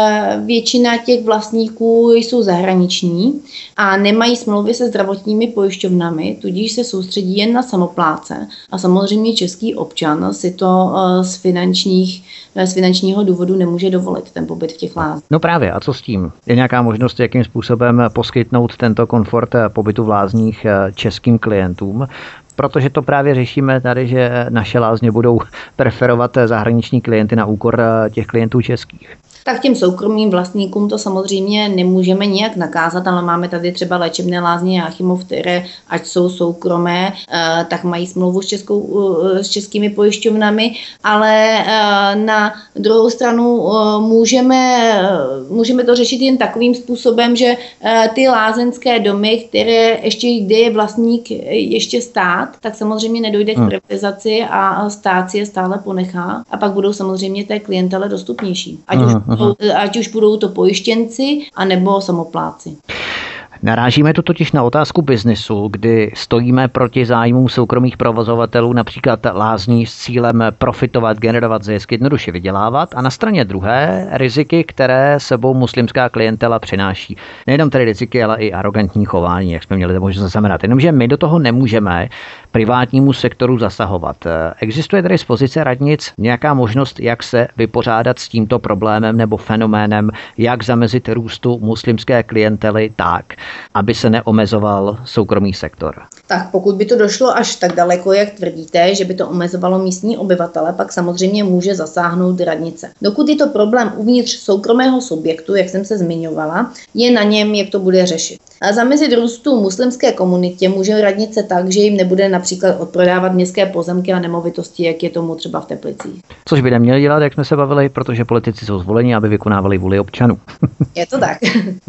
S3: většina těch vlastníků jsou zahraniční a nemají smlouvy se zdravotními pojišťovnami, tudíž se soustředí jen na samopláce. A samozřejmě český občan si to z finančních, z finančního důvodu nemůže dovolit, ten pobyt v těch lázních.
S1: No právě, a co s tím? Je nějaká možnost, jakým způsobem poskytnout tento komfort pobytu v lázních českým klientům? Protože to právě řešíme tady, že naše lázně budou preferovat zahraniční klienty na úkor těch klientů českých.
S3: Tak těm soukromým vlastníkům to samozřejmě nemůžeme nijak nakázat, ale máme tady třeba léčebné lázně Jáchymov, které ať jsou soukromé, tak mají smlouvu s, českou, s českými pojišťovnami, ale na druhou stranu můžeme, můžeme to řešit jen takovým způsobem, že ty lázeňské domy, které ještě, kde je vlastník ještě stát, tak samozřejmě nedojde k privatizaci a stát si je stále ponechá a pak budou samozřejmě té klientele dostupnější. Ať už Budou, ať už budou to pojištěnci, anebo samopláci.
S1: Narážíme tu totiž na otázku biznisu, kdy stojíme proti zájmům soukromých provozovatelů, například lázní s cílem profitovat, generovat zisk, jednoduše vydělávat, a na straně druhé riziky, které sebou muslimská klientela přináší. Nejenom tedy riziky, ale i arrogantní chování, jak jsme měli to možnost zaznamenat. Jenomže my do toho nemůžeme privátnímu sektoru zasahovat. Existuje tedy z pozice radnic nějaká možnost, jak se vypořádat s tímto problémem nebo fenoménem, jak zamezit růstu muslimské klientely tak, aby se neomezoval soukromý sektor?
S3: Tak pokud by to došlo až tak daleko, jak tvrdíte, že by to omezovalo místní obyvatele, pak samozřejmě může zasáhnout radnice. Dokud je to problém uvnitř soukromého subjektu, jak jsem se zmiňovala, je na něm, jak to bude řešit. A zamezit růstu muslimské komunitě může radnice tak, že jim nebude například odprodávat městské pozemky a nemovitosti, jak je tomu třeba v Teplicích.
S1: Což by neměli dělat, jak jsme se bavili, protože politici jsou zvoleni, aby vykonávali vůli občanů.
S3: Je to tak.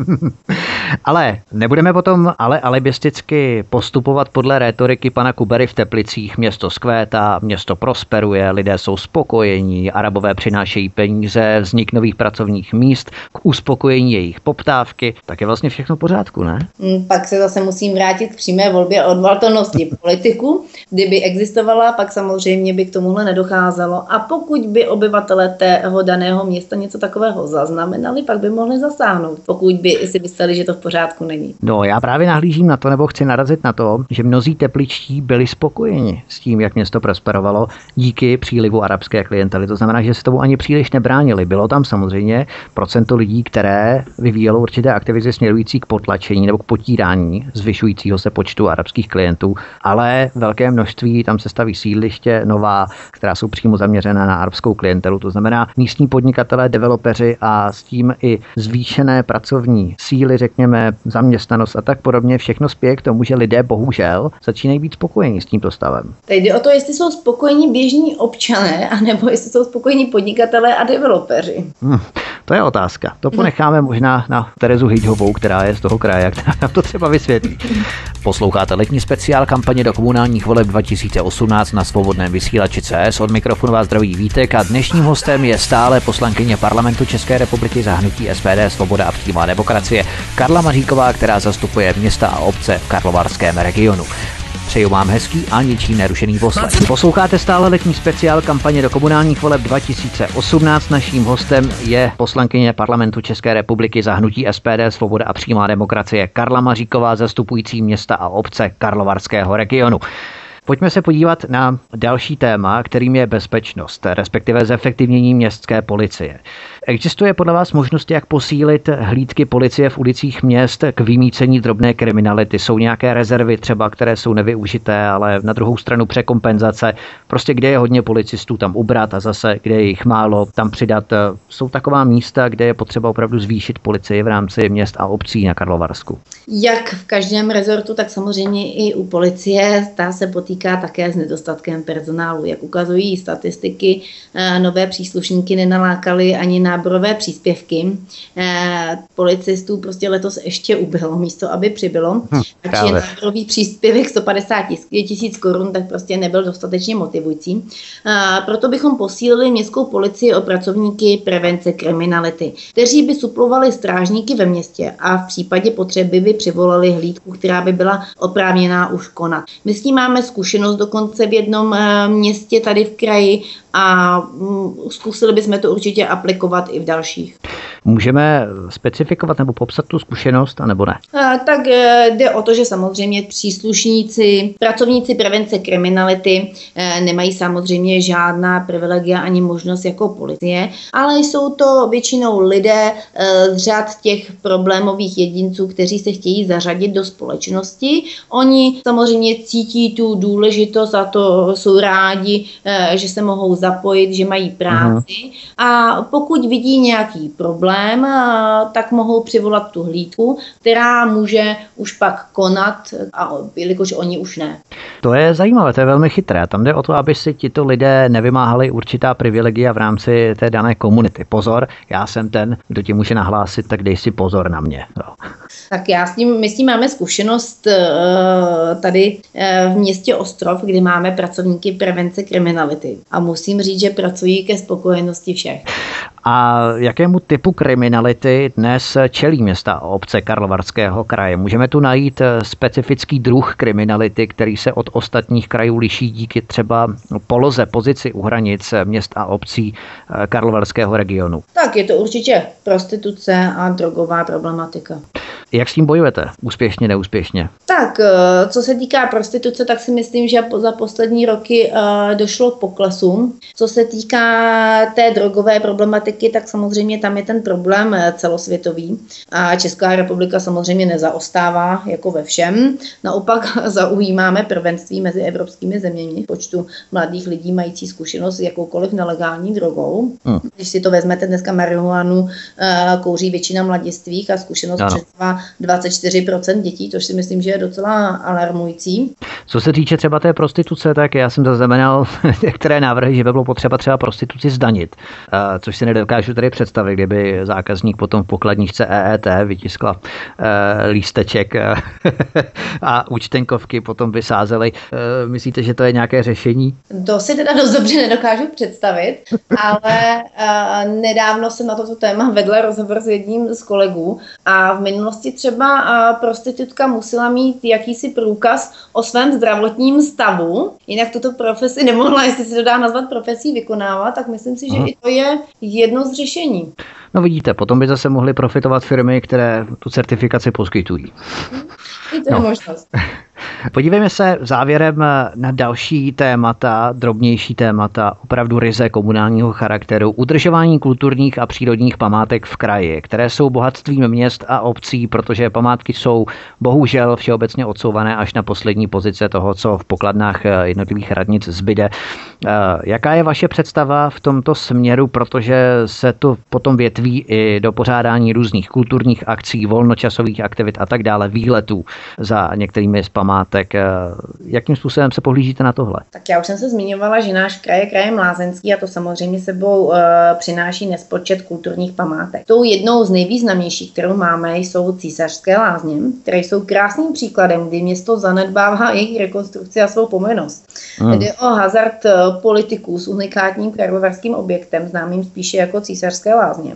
S1: Ale nebudeme potom ale alibisticky postupovat podle rétoriky pana Kubery v Teplicích. Město zkvétá, město prosperuje, lidé jsou spokojení, Arabové přinášejí peníze, vznik nových pracovních míst, k uspokojení jejich poptávky. Tak je vlastně všechno v pořádku, ne?
S3: Pak se zase musím vrátit k přímé volbě a odvolatelnosti politiků. republiku. Kdyby existovala, pak samozřejmě by k tomuhle nedocházelo. A pokud by obyvatele tého daného města něco takového zaznamenali, pak by mohli zasáhnout, pokud by si mysleli, že to v pořádku není.
S1: No, já právě nahlížím na to, nebo chci narazit na to, že mnozí tepličtí byli spokojeni s tím, jak město prosperovalo díky přílivu arabské klientely. To znamená, že se tomu ani příliš nebránili. Bylo tam samozřejmě procento lidí, které vyvíjelo určité aktivity směrující k potlačení nebo k potírání zvyšujícího se počtu arabských klientů, ale velké množství tam se staví sídliště nová, která jsou přímo zaměřená na arabskou klientelu. To znamená místní podnikatelé, developeři a s tím i zvýšené pracovní síly, řekněme, zaměstnanost a tak podobně, všechno spěje k tomu, že lidé bohužel začínají být spokojení s tímto stavem.
S3: Teď jde o to, jestli jsou spokojení běžní občané, anebo jestli jsou spokojení podnikatelé a developeři.
S1: Hmm, to je otázka. To ponecháme možná na Terezu Hyďhovou, která je z toho kraje, která nám to třeba vysvětlí. Posloucháte letní speciál kampaně do komunálních voleb dva tisíce osmnáct na svobodném vysílači C S. Od mikrofonu vás zdraví Vítek a dnešním hostem je stále poslankyně Parlamentu České republiky za hnutí S P D Svoboda a přímá demokracie Karla Maříková, která zastupuje města a obce v Karlovarském regionu. Přeju vám hezký a ničím nerušený poslech. Posloucháte stále letní speciál kampaně do komunálních voleb dva tisíce osmnáct. Naším hostem je poslankyně Parlamentu České republiky za hnutí S P D Svoboda a přímá demokracie Karla Maříková, zastupující města a obce Karlovarského regionu. Pojďme se podívat na další téma, kterým je bezpečnost, respektive zefektivnění městské policie. Existuje podle vás možnost, jak posílit hlídky policie v ulicích měst k vymýcení drobné kriminality? Jsou nějaké rezervy třeba, které jsou nevyužité, ale na druhou stranu překompenzace? Prostě kde je hodně policistů, tam ubrat a zase, kde je jich málo, tam přidat. Jsou taková místa, kde je potřeba opravdu zvýšit policii v rámci měst a obcí na Karlovarsku?
S3: Jak v každém rezortu, tak samozřejmě i u policie ta se potýká také s nedostatkem personálu. Jak ukazují statistiky, nové příslušníky nenalákali ani náborové příspěvky. Policistů prostě letos ještě ubylo místo, aby přibylo.
S1: Hm,
S3: Takže náborový příspěvek sto padesát tisíc korun tak prostě nebyl dostatečně motivující. Proto bychom posílili městskou policii o pracovníky prevence kriminality, kteří by suplovali strážníky ve městě a v případě potřeby by přivolali hlídku, která by byla oprávněná už konat. My s tím máme zkušenost dokonce v jednom městě tady v kraji a zkusili bychom to určitě aplikovat i v dalších.
S1: Můžeme specifikovat nebo popsat tu zkušenost, anebo ne?
S3: A, tak jde o to, že samozřejmě příslušníci, pracovníci prevence kriminality e, nemají samozřejmě žádná privilegia ani možnost jako policie, ale jsou to většinou lidé e, z řad těch problémových jedinců, kteří se chtějí zařadit do společnosti. Oni samozřejmě cítí tu důležitost a to jsou rádi, e, že se mohou zapojit, že mají práci. Aha. A pokud vidí nějaký problém, tak mohou přivolat tu hlídku, která může už pak konat, a jelikož oni už ne.
S1: To je zajímavé, to je velmi chytré. Tam jde o to, aby si tito lidé nevymáhali určitá privilegia v rámci té dané komunity. Pozor, já jsem ten, kdo ti může nahlásit, tak dej si pozor na mě. No.
S3: Tak já s tím, my s tím máme zkušenost tady v městě Ostrov, kde máme pracovníky prevence kriminality. A musím říct, že pracují ke spokojenosti všech.
S1: A jakému typu kriminality dnes čelí města a obce Karlovarského kraje? Můžeme tu najít specifický druh kriminality, který se od ostatních krajů liší díky třeba poloze, pozici u hranic měst a obcí Karlovarského regionu?
S3: Tak je to určitě prostituce a drogová problematika.
S1: Jak s tím bojujete? Úspěšně, neúspěšně?
S3: Tak, co se týká prostituce, tak si myslím, že za poslední roky došlo k poklesu. Co se týká té drogové problematiky, tak samozřejmě tam je ten problém celosvětový. A Česká republika samozřejmě nezaostává jako ve všem. Naopak zaujímáme prvenství mezi evropskými zeměmi počtu mladých lidí mající zkušenost s jakoukoliv nelegální drogou. Hmm. Když si to vezmete, dneska marihuanu kouří většina mladistvých a zkušenost představá dvacet čtyři procent dětí, což si myslím, že je docela alarmující.
S1: Co se týče třeba té prostituce, tak já jsem zaznamenal některé návrhy, že by bylo potřeba třeba prostituci zdanit, což se dokážu tady představit, kdyby zákazník potom v pokladničce E E T vytiskla e, lísteček e, a účtenkovky potom vysázely. E, myslíte, že to je nějaké řešení?
S3: To si teda dost dobře nedokážu představit, ale e, nedávno jsem na toto téma vedla rozhovor s jedním z kolegů a v minulosti třeba e, prostitutka musela mít jakýsi průkaz o svém zdravotním stavu, jinak tuto profesi nemohla, jestli se to dá nazvat profesí, vykonávat, tak myslím si, že hmm. i to je jedno z řešení.
S1: No vidíte, potom by zase mohly profitovat firmy, které tu certifikaci poskytují.
S3: I to je no. možnost.
S1: Podívejme se závěrem na další témata, drobnější témata, opravdu ryze komunálního charakteru, udržování kulturních a přírodních památek v kraji, které jsou bohatstvím měst a obcí, protože památky jsou bohužel všeobecně odsouvané až na poslední pozice toho, co v pokladnách jednotlivých radnic zbyde. Jaká je vaše představa v tomto směru, protože se to potom větví i do pořádání různých kulturních akcí, volnočasových aktivit a tak dále, výletů za některými z památek. Jakým způsobem se pohlížíte na tohle?
S3: Tak já už jsem se zmiňovala, že náš kraj je krajem lázeňský a to samozřejmě sebou uh, přináší nespočet kulturních památek. Tou jednou z nejvýznamnějších, kterou máme, jsou Císařské lázně, které jsou krásným příkladem, kdy město zanedbává jejich rekonstrukci a svou povinnost. Hmm. Jde o hazard politiků s unikátním karlovarským objektem, známým spíše jako Císařské lázně.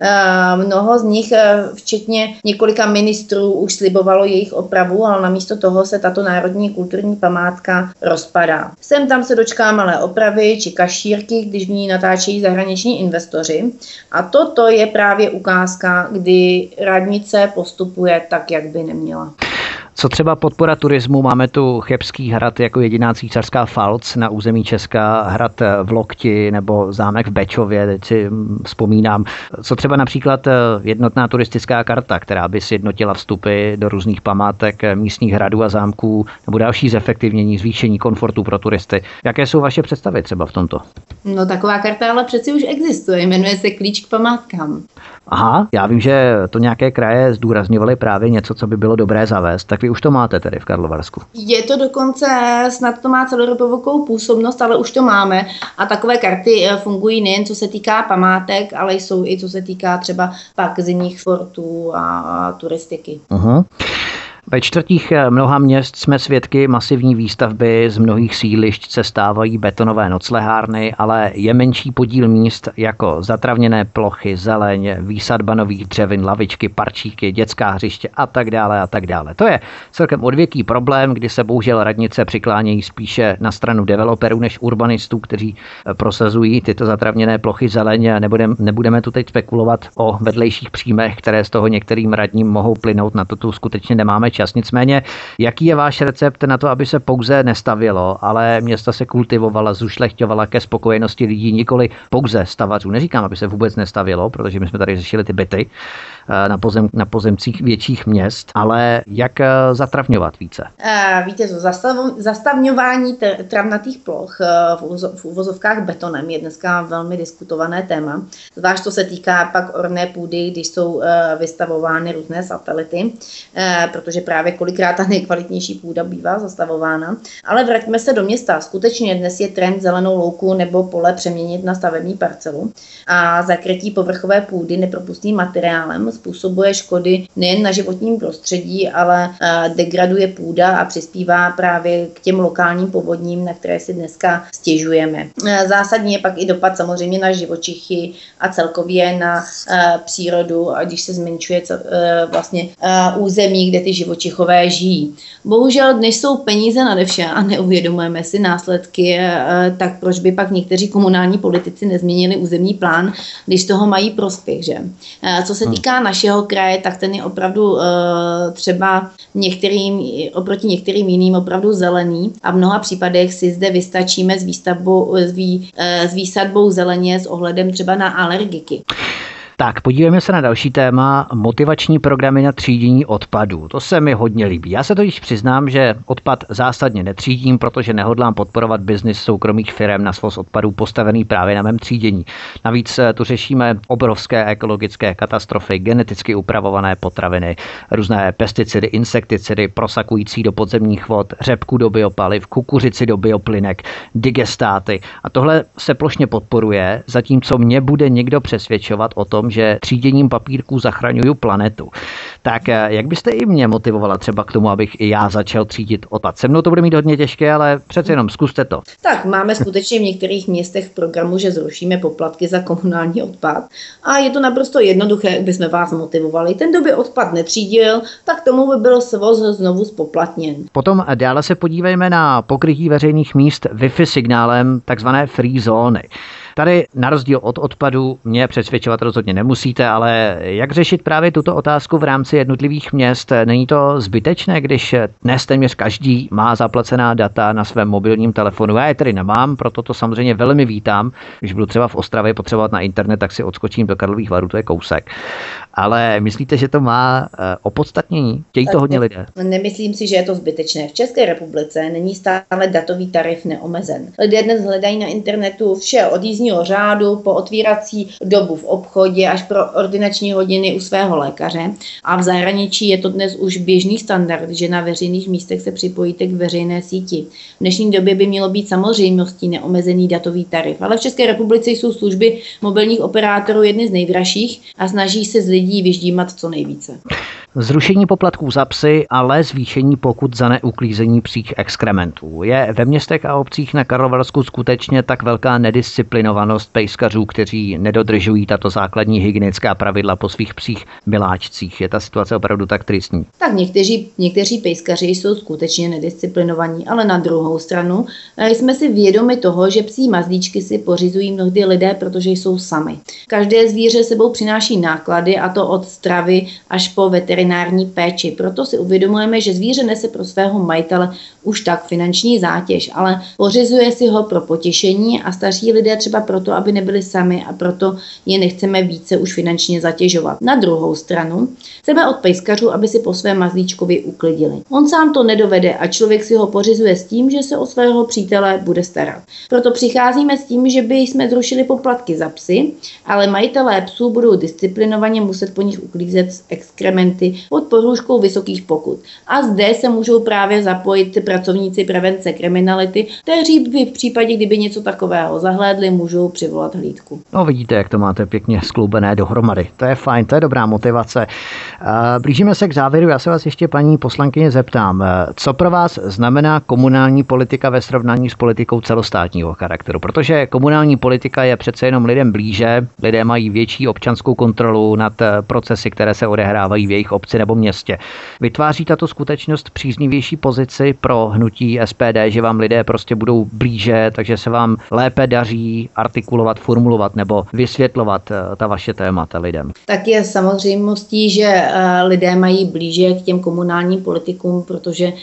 S3: Uh, mnoho z nich, uh, včetně několika ministrů, už slibovalo jejich opravu, ale namísto toho se tato národní kulturní památka rozpadá. Sem tam se dočká malé opravy či kašírky, když v ní natáčejí zahraniční investoři. A toto je právě ukázka, kdy radnice postupuje tak, jak by neměla.
S1: Co třeba podpora turismu? Máme tu Chebský hrad jako jediná císařská falc na území Česka, hrad v Lokti nebo zámek v Bečově, teď si vzpomínám. Co třeba například jednotná turistická karta, která by sjednotila vstupy do různých památek místních hradů a zámků, nebo další zefektivnění, zvýšení komfortu pro turisty. Jaké jsou vaše představy třeba v tomto?
S3: No taková karta ale přeci už existuje, jmenuje se Klíč k památkám.
S1: Aha, já vím, že to nějaké kraje zdůrazňovaly právě něco, co by bylo dobré zavést. Tak vy už to máte tedy v Karlovarsku. Je
S3: to dokonce, snad to má celodopovou působnost, ale už to máme. A takové karty fungují nejen co se týká památek, ale jsou i co se týká třeba pak zimních sportů a, a turistiky.
S1: Uh-huh. Ve čtvrtích mnoha měst jsme svědky masivní výstavby, z mnohých sídlišť se stávají betonové noclehárny, ale je menší podíl míst jako zatravněné plochy, zeleň, výsadba nových dřevin, lavičky, parčíky, dětská hřiště a tak dále a tak dále. To je celkem odvěký problém, kdy se bohužel radnice přiklánějí spíše na stranu developerů než urbanistů, kteří prosazují tyto zatravněné plochy, zeleň. Nebudeme, nebudeme tu teď spekulovat o vedlejších příjmech, které z toho některým radním mohou plynout, na to tu skutečně nemáme čas. Nicméně, jaký je váš recept na to, aby se pouze nestavělo, ale města se kultivovala, zušlechťovala ke spokojenosti lidí, nikoli pouze stavařů. Neříkám, aby se vůbec nestavělo, protože my jsme tady řešili ty byty na, pozem, na pozemcích větších měst, ale jak zatravňovat více?
S3: Víte, to zastav, zastavňování t- travnatých ploch v, uzo, v uvozovkách betonem je dneska velmi diskutované téma. Zvlášť to se týká pak orné půdy, když jsou vystavovány různé satelity, protože právě kolikrát ta nejkvalitnější půda bývá zastavována. Ale vraťme se do města. Skutečně dnes je trend zelenou louku nebo pole přeměnit na stavební parcelu a zakrytí povrchové půdy nepropustným materiálem způsobuje škody nejen na životním prostředí, ale degraduje půda a přispívá právě k těm lokálním povodním, na které si dneska stěžujeme. Zásadní je pak i dopad samozřejmě na živočichy a celkově na přírodu, a když se zmenšuje vlastně území, kde ty živočichové žijí. Bohužel dnes jsou peníze nade vše a neuvědomujeme si následky, tak proč by pak někteří komunální politici nezměnili územní plán, když z toho mají prospěch, že? Co se týká našeho kraje, tak ten je opravdu třeba některým, oproti některým jiným opravdu zelený a v mnoha případech si zde vystačíme s výstavbou, s, vý, s výsadbou zeleně s ohledem třeba na alergiky.
S1: Tak, podívejme se na další téma, motivační programy na třídění odpadů. To se mi hodně líbí. Já se totiž přiznám, že odpad zásadně netřídím, protože nehodlám podporovat biznis soukromých firem na svoz odpadů postavený právě na mém třídění. Navíc tu řešíme obrovské ekologické katastrofy, geneticky upravované potraviny, různé pesticidy, insekticidy prosakující do podzemních vod, řepku do biopaliv, kukuřici do bioplynek, digestáty. A tohle se plošně podporuje, zatímco mě bude někdo přesvědčovat o tom, že tříděním papírků zachraňuju planetu. Tak jak byste i mě motivovala třeba k tomu, abych i já začal třídit odpad? Se mnou to bude mít hodně těžké, ale přece jenom zkuste to.
S3: Tak máme skutečně v některých městech v programu, že zrušíme poplatky za komunální odpad a je to naprosto jednoduché, jak bychom vás motivovali. Ten, kdo by odpad netřídil, tak tomu by byl svoz znovu spoplatněn.
S1: Potom dále se podívejme na pokrytí veřejných míst Wi-Fi signálem, takzvané free zóny. Tady na rozdíl od odpadu mě přesvědčovat rozhodně nemusíte, ale jak řešit právě tuto otázku v rámci jednotlivých měst? Není to zbytečné, když dnes téměř každý má zaplacená data na svém mobilním telefonu? Já je tedy nemám, proto to samozřejmě velmi vítám. Když budu třeba v Ostravě potřebovat na internet, tak si odskočím do Karlových Varů, to je kousek. Ale myslíte, že to má opodstatnění? Chtějí to hodně lidé?
S3: Nemyslím si, že je to zbytečné. V České republice není stále datový tarif neomezen. Lidé dnes hledají na internetu vše od jízdního řádu po otvírací dobu v obchodě až pro ordinační hodiny u svého lékaře. A v zahraničí je to dnes už běžný standard, že na veřejných místech se připojíte k veřejné síti. V dnešní době by mělo být samozřejmostí neomezený datový tarif, ale v České republice jsou služby mobilních operátorů jedny z nejdražších a snaží se z lidí vyždímat co nejvíce.
S1: Zrušení poplatků za psy, ale zvýšení pokut za neuklízení psích exkrementů. Je ve městech a obcích na Karlovarsku skutečně tak velká nedisciplinovanost pejskařů, kteří nedodržují tato základní hygienická pravidla po svých psích miláčcích? Je ta situace opravdu tak tristní?
S3: Tak někteří, někteří pejskaři jsou skutečně nedisciplinovaní, ale na druhou stranu jsme si vědomi toho, že psí mazlíčky si pořizují mnohdy lidé, protože jsou sami. Každé zvíře sebou přináší náklady, a to od stravy až po veterinární péči. Proto si uvědomujeme, že zvíře nese pro svého majitele už tak finanční zátěž, ale pořizuje si ho pro potěšení a staří lidé třeba proto, aby nebyli sami a proto je nechceme více už finančně zatěžovat. Na druhou stranu chceme od pejskařů, aby si po svém mazlíčkovi uklidili. On sám to nedovede a člověk si ho pořizuje s tím, že se o svého přítele bude starat. Proto přicházíme s tím, že by jsme zrušili poplatky za psy, ale majitelé psů budou disciplinovaně muset po nich uklízet z exkrementy pod pohrůžkou vysokých pokut. A zde se můžou právě zapojit pracovníci prevence kriminality, kteří by v případě, kdyby něco takového zahlédli, můžou přivolat hlídku.
S1: No vidíte, jak to máte pěkně skloubené dohromady. To je fajn, to je dobrá motivace. Blížíme se k závěru, já se vás ještě, paní poslankyně, zeptám. Co pro vás znamená komunální politika ve srovnání s politikou celostátního charakteru? Protože komunální politika je přece jenom lidem blíže, lidé mají větší občanskou kontrolu nad procesy, které se odehrávají v jejich obci nebo městě. Vytváří tato skutečnost příznivější pozici pro hnutí S P D, že vám lidé prostě budou blíže, takže se vám lépe daří artikulovat, formulovat nebo vysvětlovat ta vaše témata lidem?
S3: Tak je samozřejmostí, že lidé mají blíže k těm komunálním politikům, protože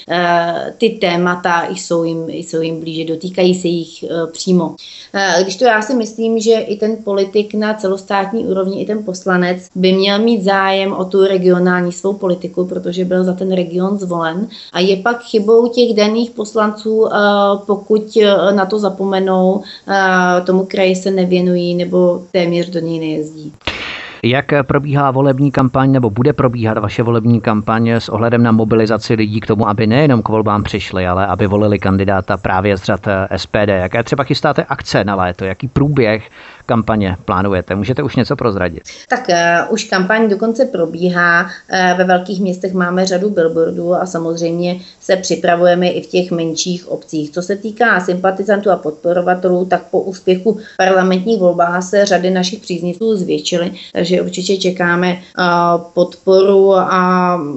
S3: ty témata jsou jim, jsou jim blíže, dotýkají se jich přímo. Když to já si myslím, že i ten politik na celostátní úrovni, i ten poslanec by měl mít zájem o tu regionální svou politiku, protože byl za ten region zvolen. A je pak chybou těch daných poslanců, pokud na to zapomenou, tomu kraji se nevěnují nebo téměř do něj nejezdí.
S1: Jak probíhá volební kampaň, nebo bude probíhat vaše volební kampaň s ohledem na mobilizaci lidí k tomu, aby nejenom k volbám přišli, ale aby volili kandidáta právě z řad S P D? Jaké třeba chystáte akce na léto? Jaký průběh kampaně plánujete? Můžete už něco prozradit?
S3: Tak uh, už kampaň dokonce probíhá. Uh, ve velkých městech máme řadu billboardů a samozřejmě se připravujeme i v těch menších obcích. Co se týká sympatizantů a podporovatelů, tak po úspěchu parlamentních volbách se řady našich příznivců zvětšily, takže určitě čekáme uh, podporu a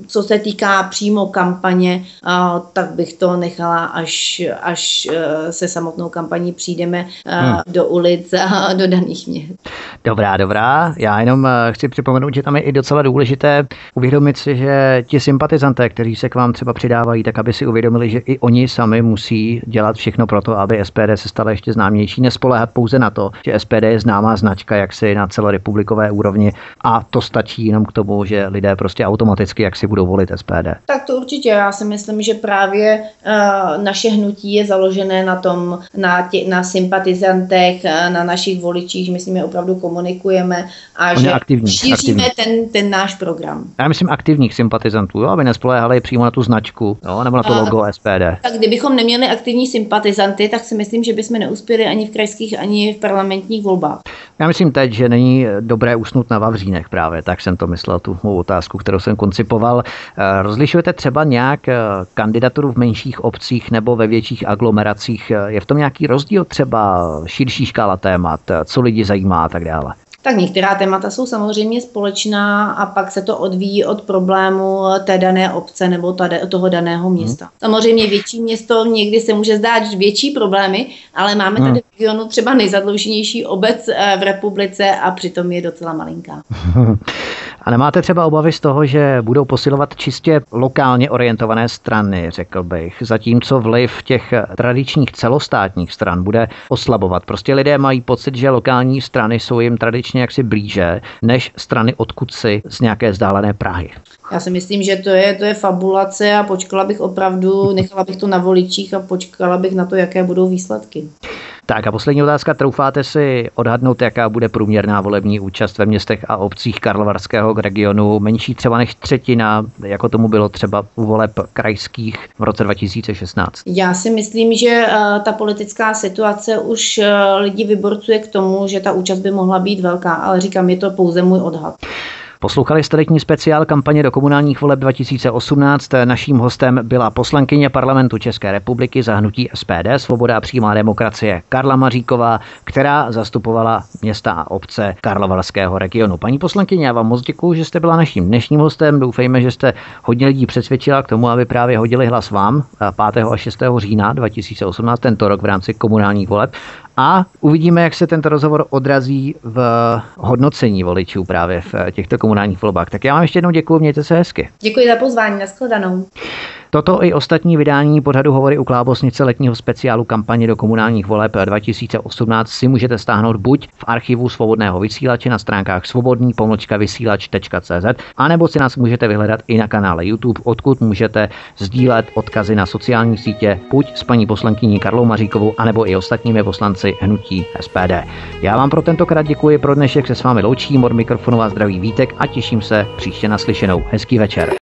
S3: co se týká přímo kampaně, tak bych to nechala, až, až se samotnou kampaní přijdeme hmm. do ulic a do daných měst.
S1: Dobrá, dobrá. Já jenom chci připomenout, že tam je i docela důležité uvědomit si, že ti sympatizanté, kteří se k vám třeba přidávají, tak aby si uvědomili, že i oni sami musí dělat všechno pro to, aby S P D se stala ještě známější, nespoléhat pouze na to, že S P D je známá značka jaksi na celorepublikové úrovni a to stačí jenom k tomu, že lidé prostě automaticky jaksi budou volit S P D.
S3: Tak to určitě. Já si myslím, že právě uh, naše hnutí je založené na tom, na, tě, na sympatizantech, na našich voličích, myslím, že opravdu komunikujeme a
S1: Oni
S3: že
S1: aktivní,
S3: šíříme
S1: aktivní.
S3: Ten, ten náš program.
S1: Já myslím aktivních sympatizantů, jo, aby nespoléhali přímo na tu značku, jo, nebo na to logo S P D.
S3: Tak kdybychom neměli aktivní sympatizanty, tak si myslím, že bychom neuspěli ani v krajských, ani v parlamentních volbách.
S1: Já myslím teď, že není dobré usnout na vavřínech právě, tak jsem to myslel, tu mou otázku, kterou jsem koncipoval. Rozlišujete třeba nějak kandidaturu v menších obcích nebo ve větších aglomeracích? Je v tom nějaký rozdíl, třeba širší škála témat, co lidi zajímá a tak dále?
S3: Tak některá témata jsou samozřejmě společná a pak se to odvíjí od problému té dané obce nebo tady, toho daného města. Hmm. Samozřejmě větší město někdy se může zdát větší problémy, ale máme tady v regionu třeba nejzadlouženější obec v republice a přitom je docela malinká.
S1: A nemáte třeba obavy z toho, že budou posilovat čistě lokálně orientované strany, řekl bych, zatímco vliv těch tradičních celostátních stran bude oslabovat? Prostě lidé mají pocit, že lokální strany jsou jim tradičně jaksi blíže než strany odkudsi z nějaké vzdálené Prahy.
S3: Já si myslím, že to je, to je fabulace a počkala bych opravdu, nechala bych to na voličích a počkala bych na to, jaké budou výsledky.
S1: Tak a poslední otázka. Troufáte si odhadnout, jaká bude průměrná volební účast ve městech a obcích Karlovarského regionu? Menší třeba než třetina, jako tomu bylo třeba u voleb krajských v roce dva tisíce šestnáct?
S3: Já si myslím, že uh, ta politická situace už uh, lidi vyborcuje k tomu, že ta účast by mohla být velká, ale říkám, je to pouze můj odhad.
S1: Poslouchali jste letní speciál kampaně do komunálních voleb dva tisíce osmnáct. Naším hostem byla poslankyně Parlamentu České republiky za hnutí S P D Svoboda a přímá demokracie Karla Maříková, která zastupovala města a obce Karlovarského regionu. Paní poslankyně, já vám moc děkuju, že jste byla naším dnešním hostem. Doufejme, že jste hodně lidí přesvědčila k tomu, aby právě hodili hlas vám pátého a šestého října dva tisíce osmnáct, tento rok v rámci komunálních voleb. A uvidíme, jak se tento rozhovor odrazí v hodnocení voličů právě v těchto komunálních volbách. Tak já vám ještě jednou děkuji, mějte se hezky.
S3: Děkuji za pozvání, nashledanou.
S1: Toto i ostatní vydání pořadu Hovory u Klábosnice letního speciálu kampaně do komunálních voleb dva tisíce osmnáct si můžete stáhnout buď v archivu Svobodného vysílače na stránkách svobodný pomlčka vysílač tečka cé zet, anebo si nás můžete vyhledat i na kanále YouTube, odkud můžete sdílet odkazy na sociální sítě buď s paní poslankyní Karlou Maříkovou, anebo i ostatními poslanci hnutí S P D. Já vám pro tentokrát děkuji, pro dnešek se s vámi loučím, od mikrofonu vás zdraví Vítek a těším se příště naslyšenou. Hezký večer.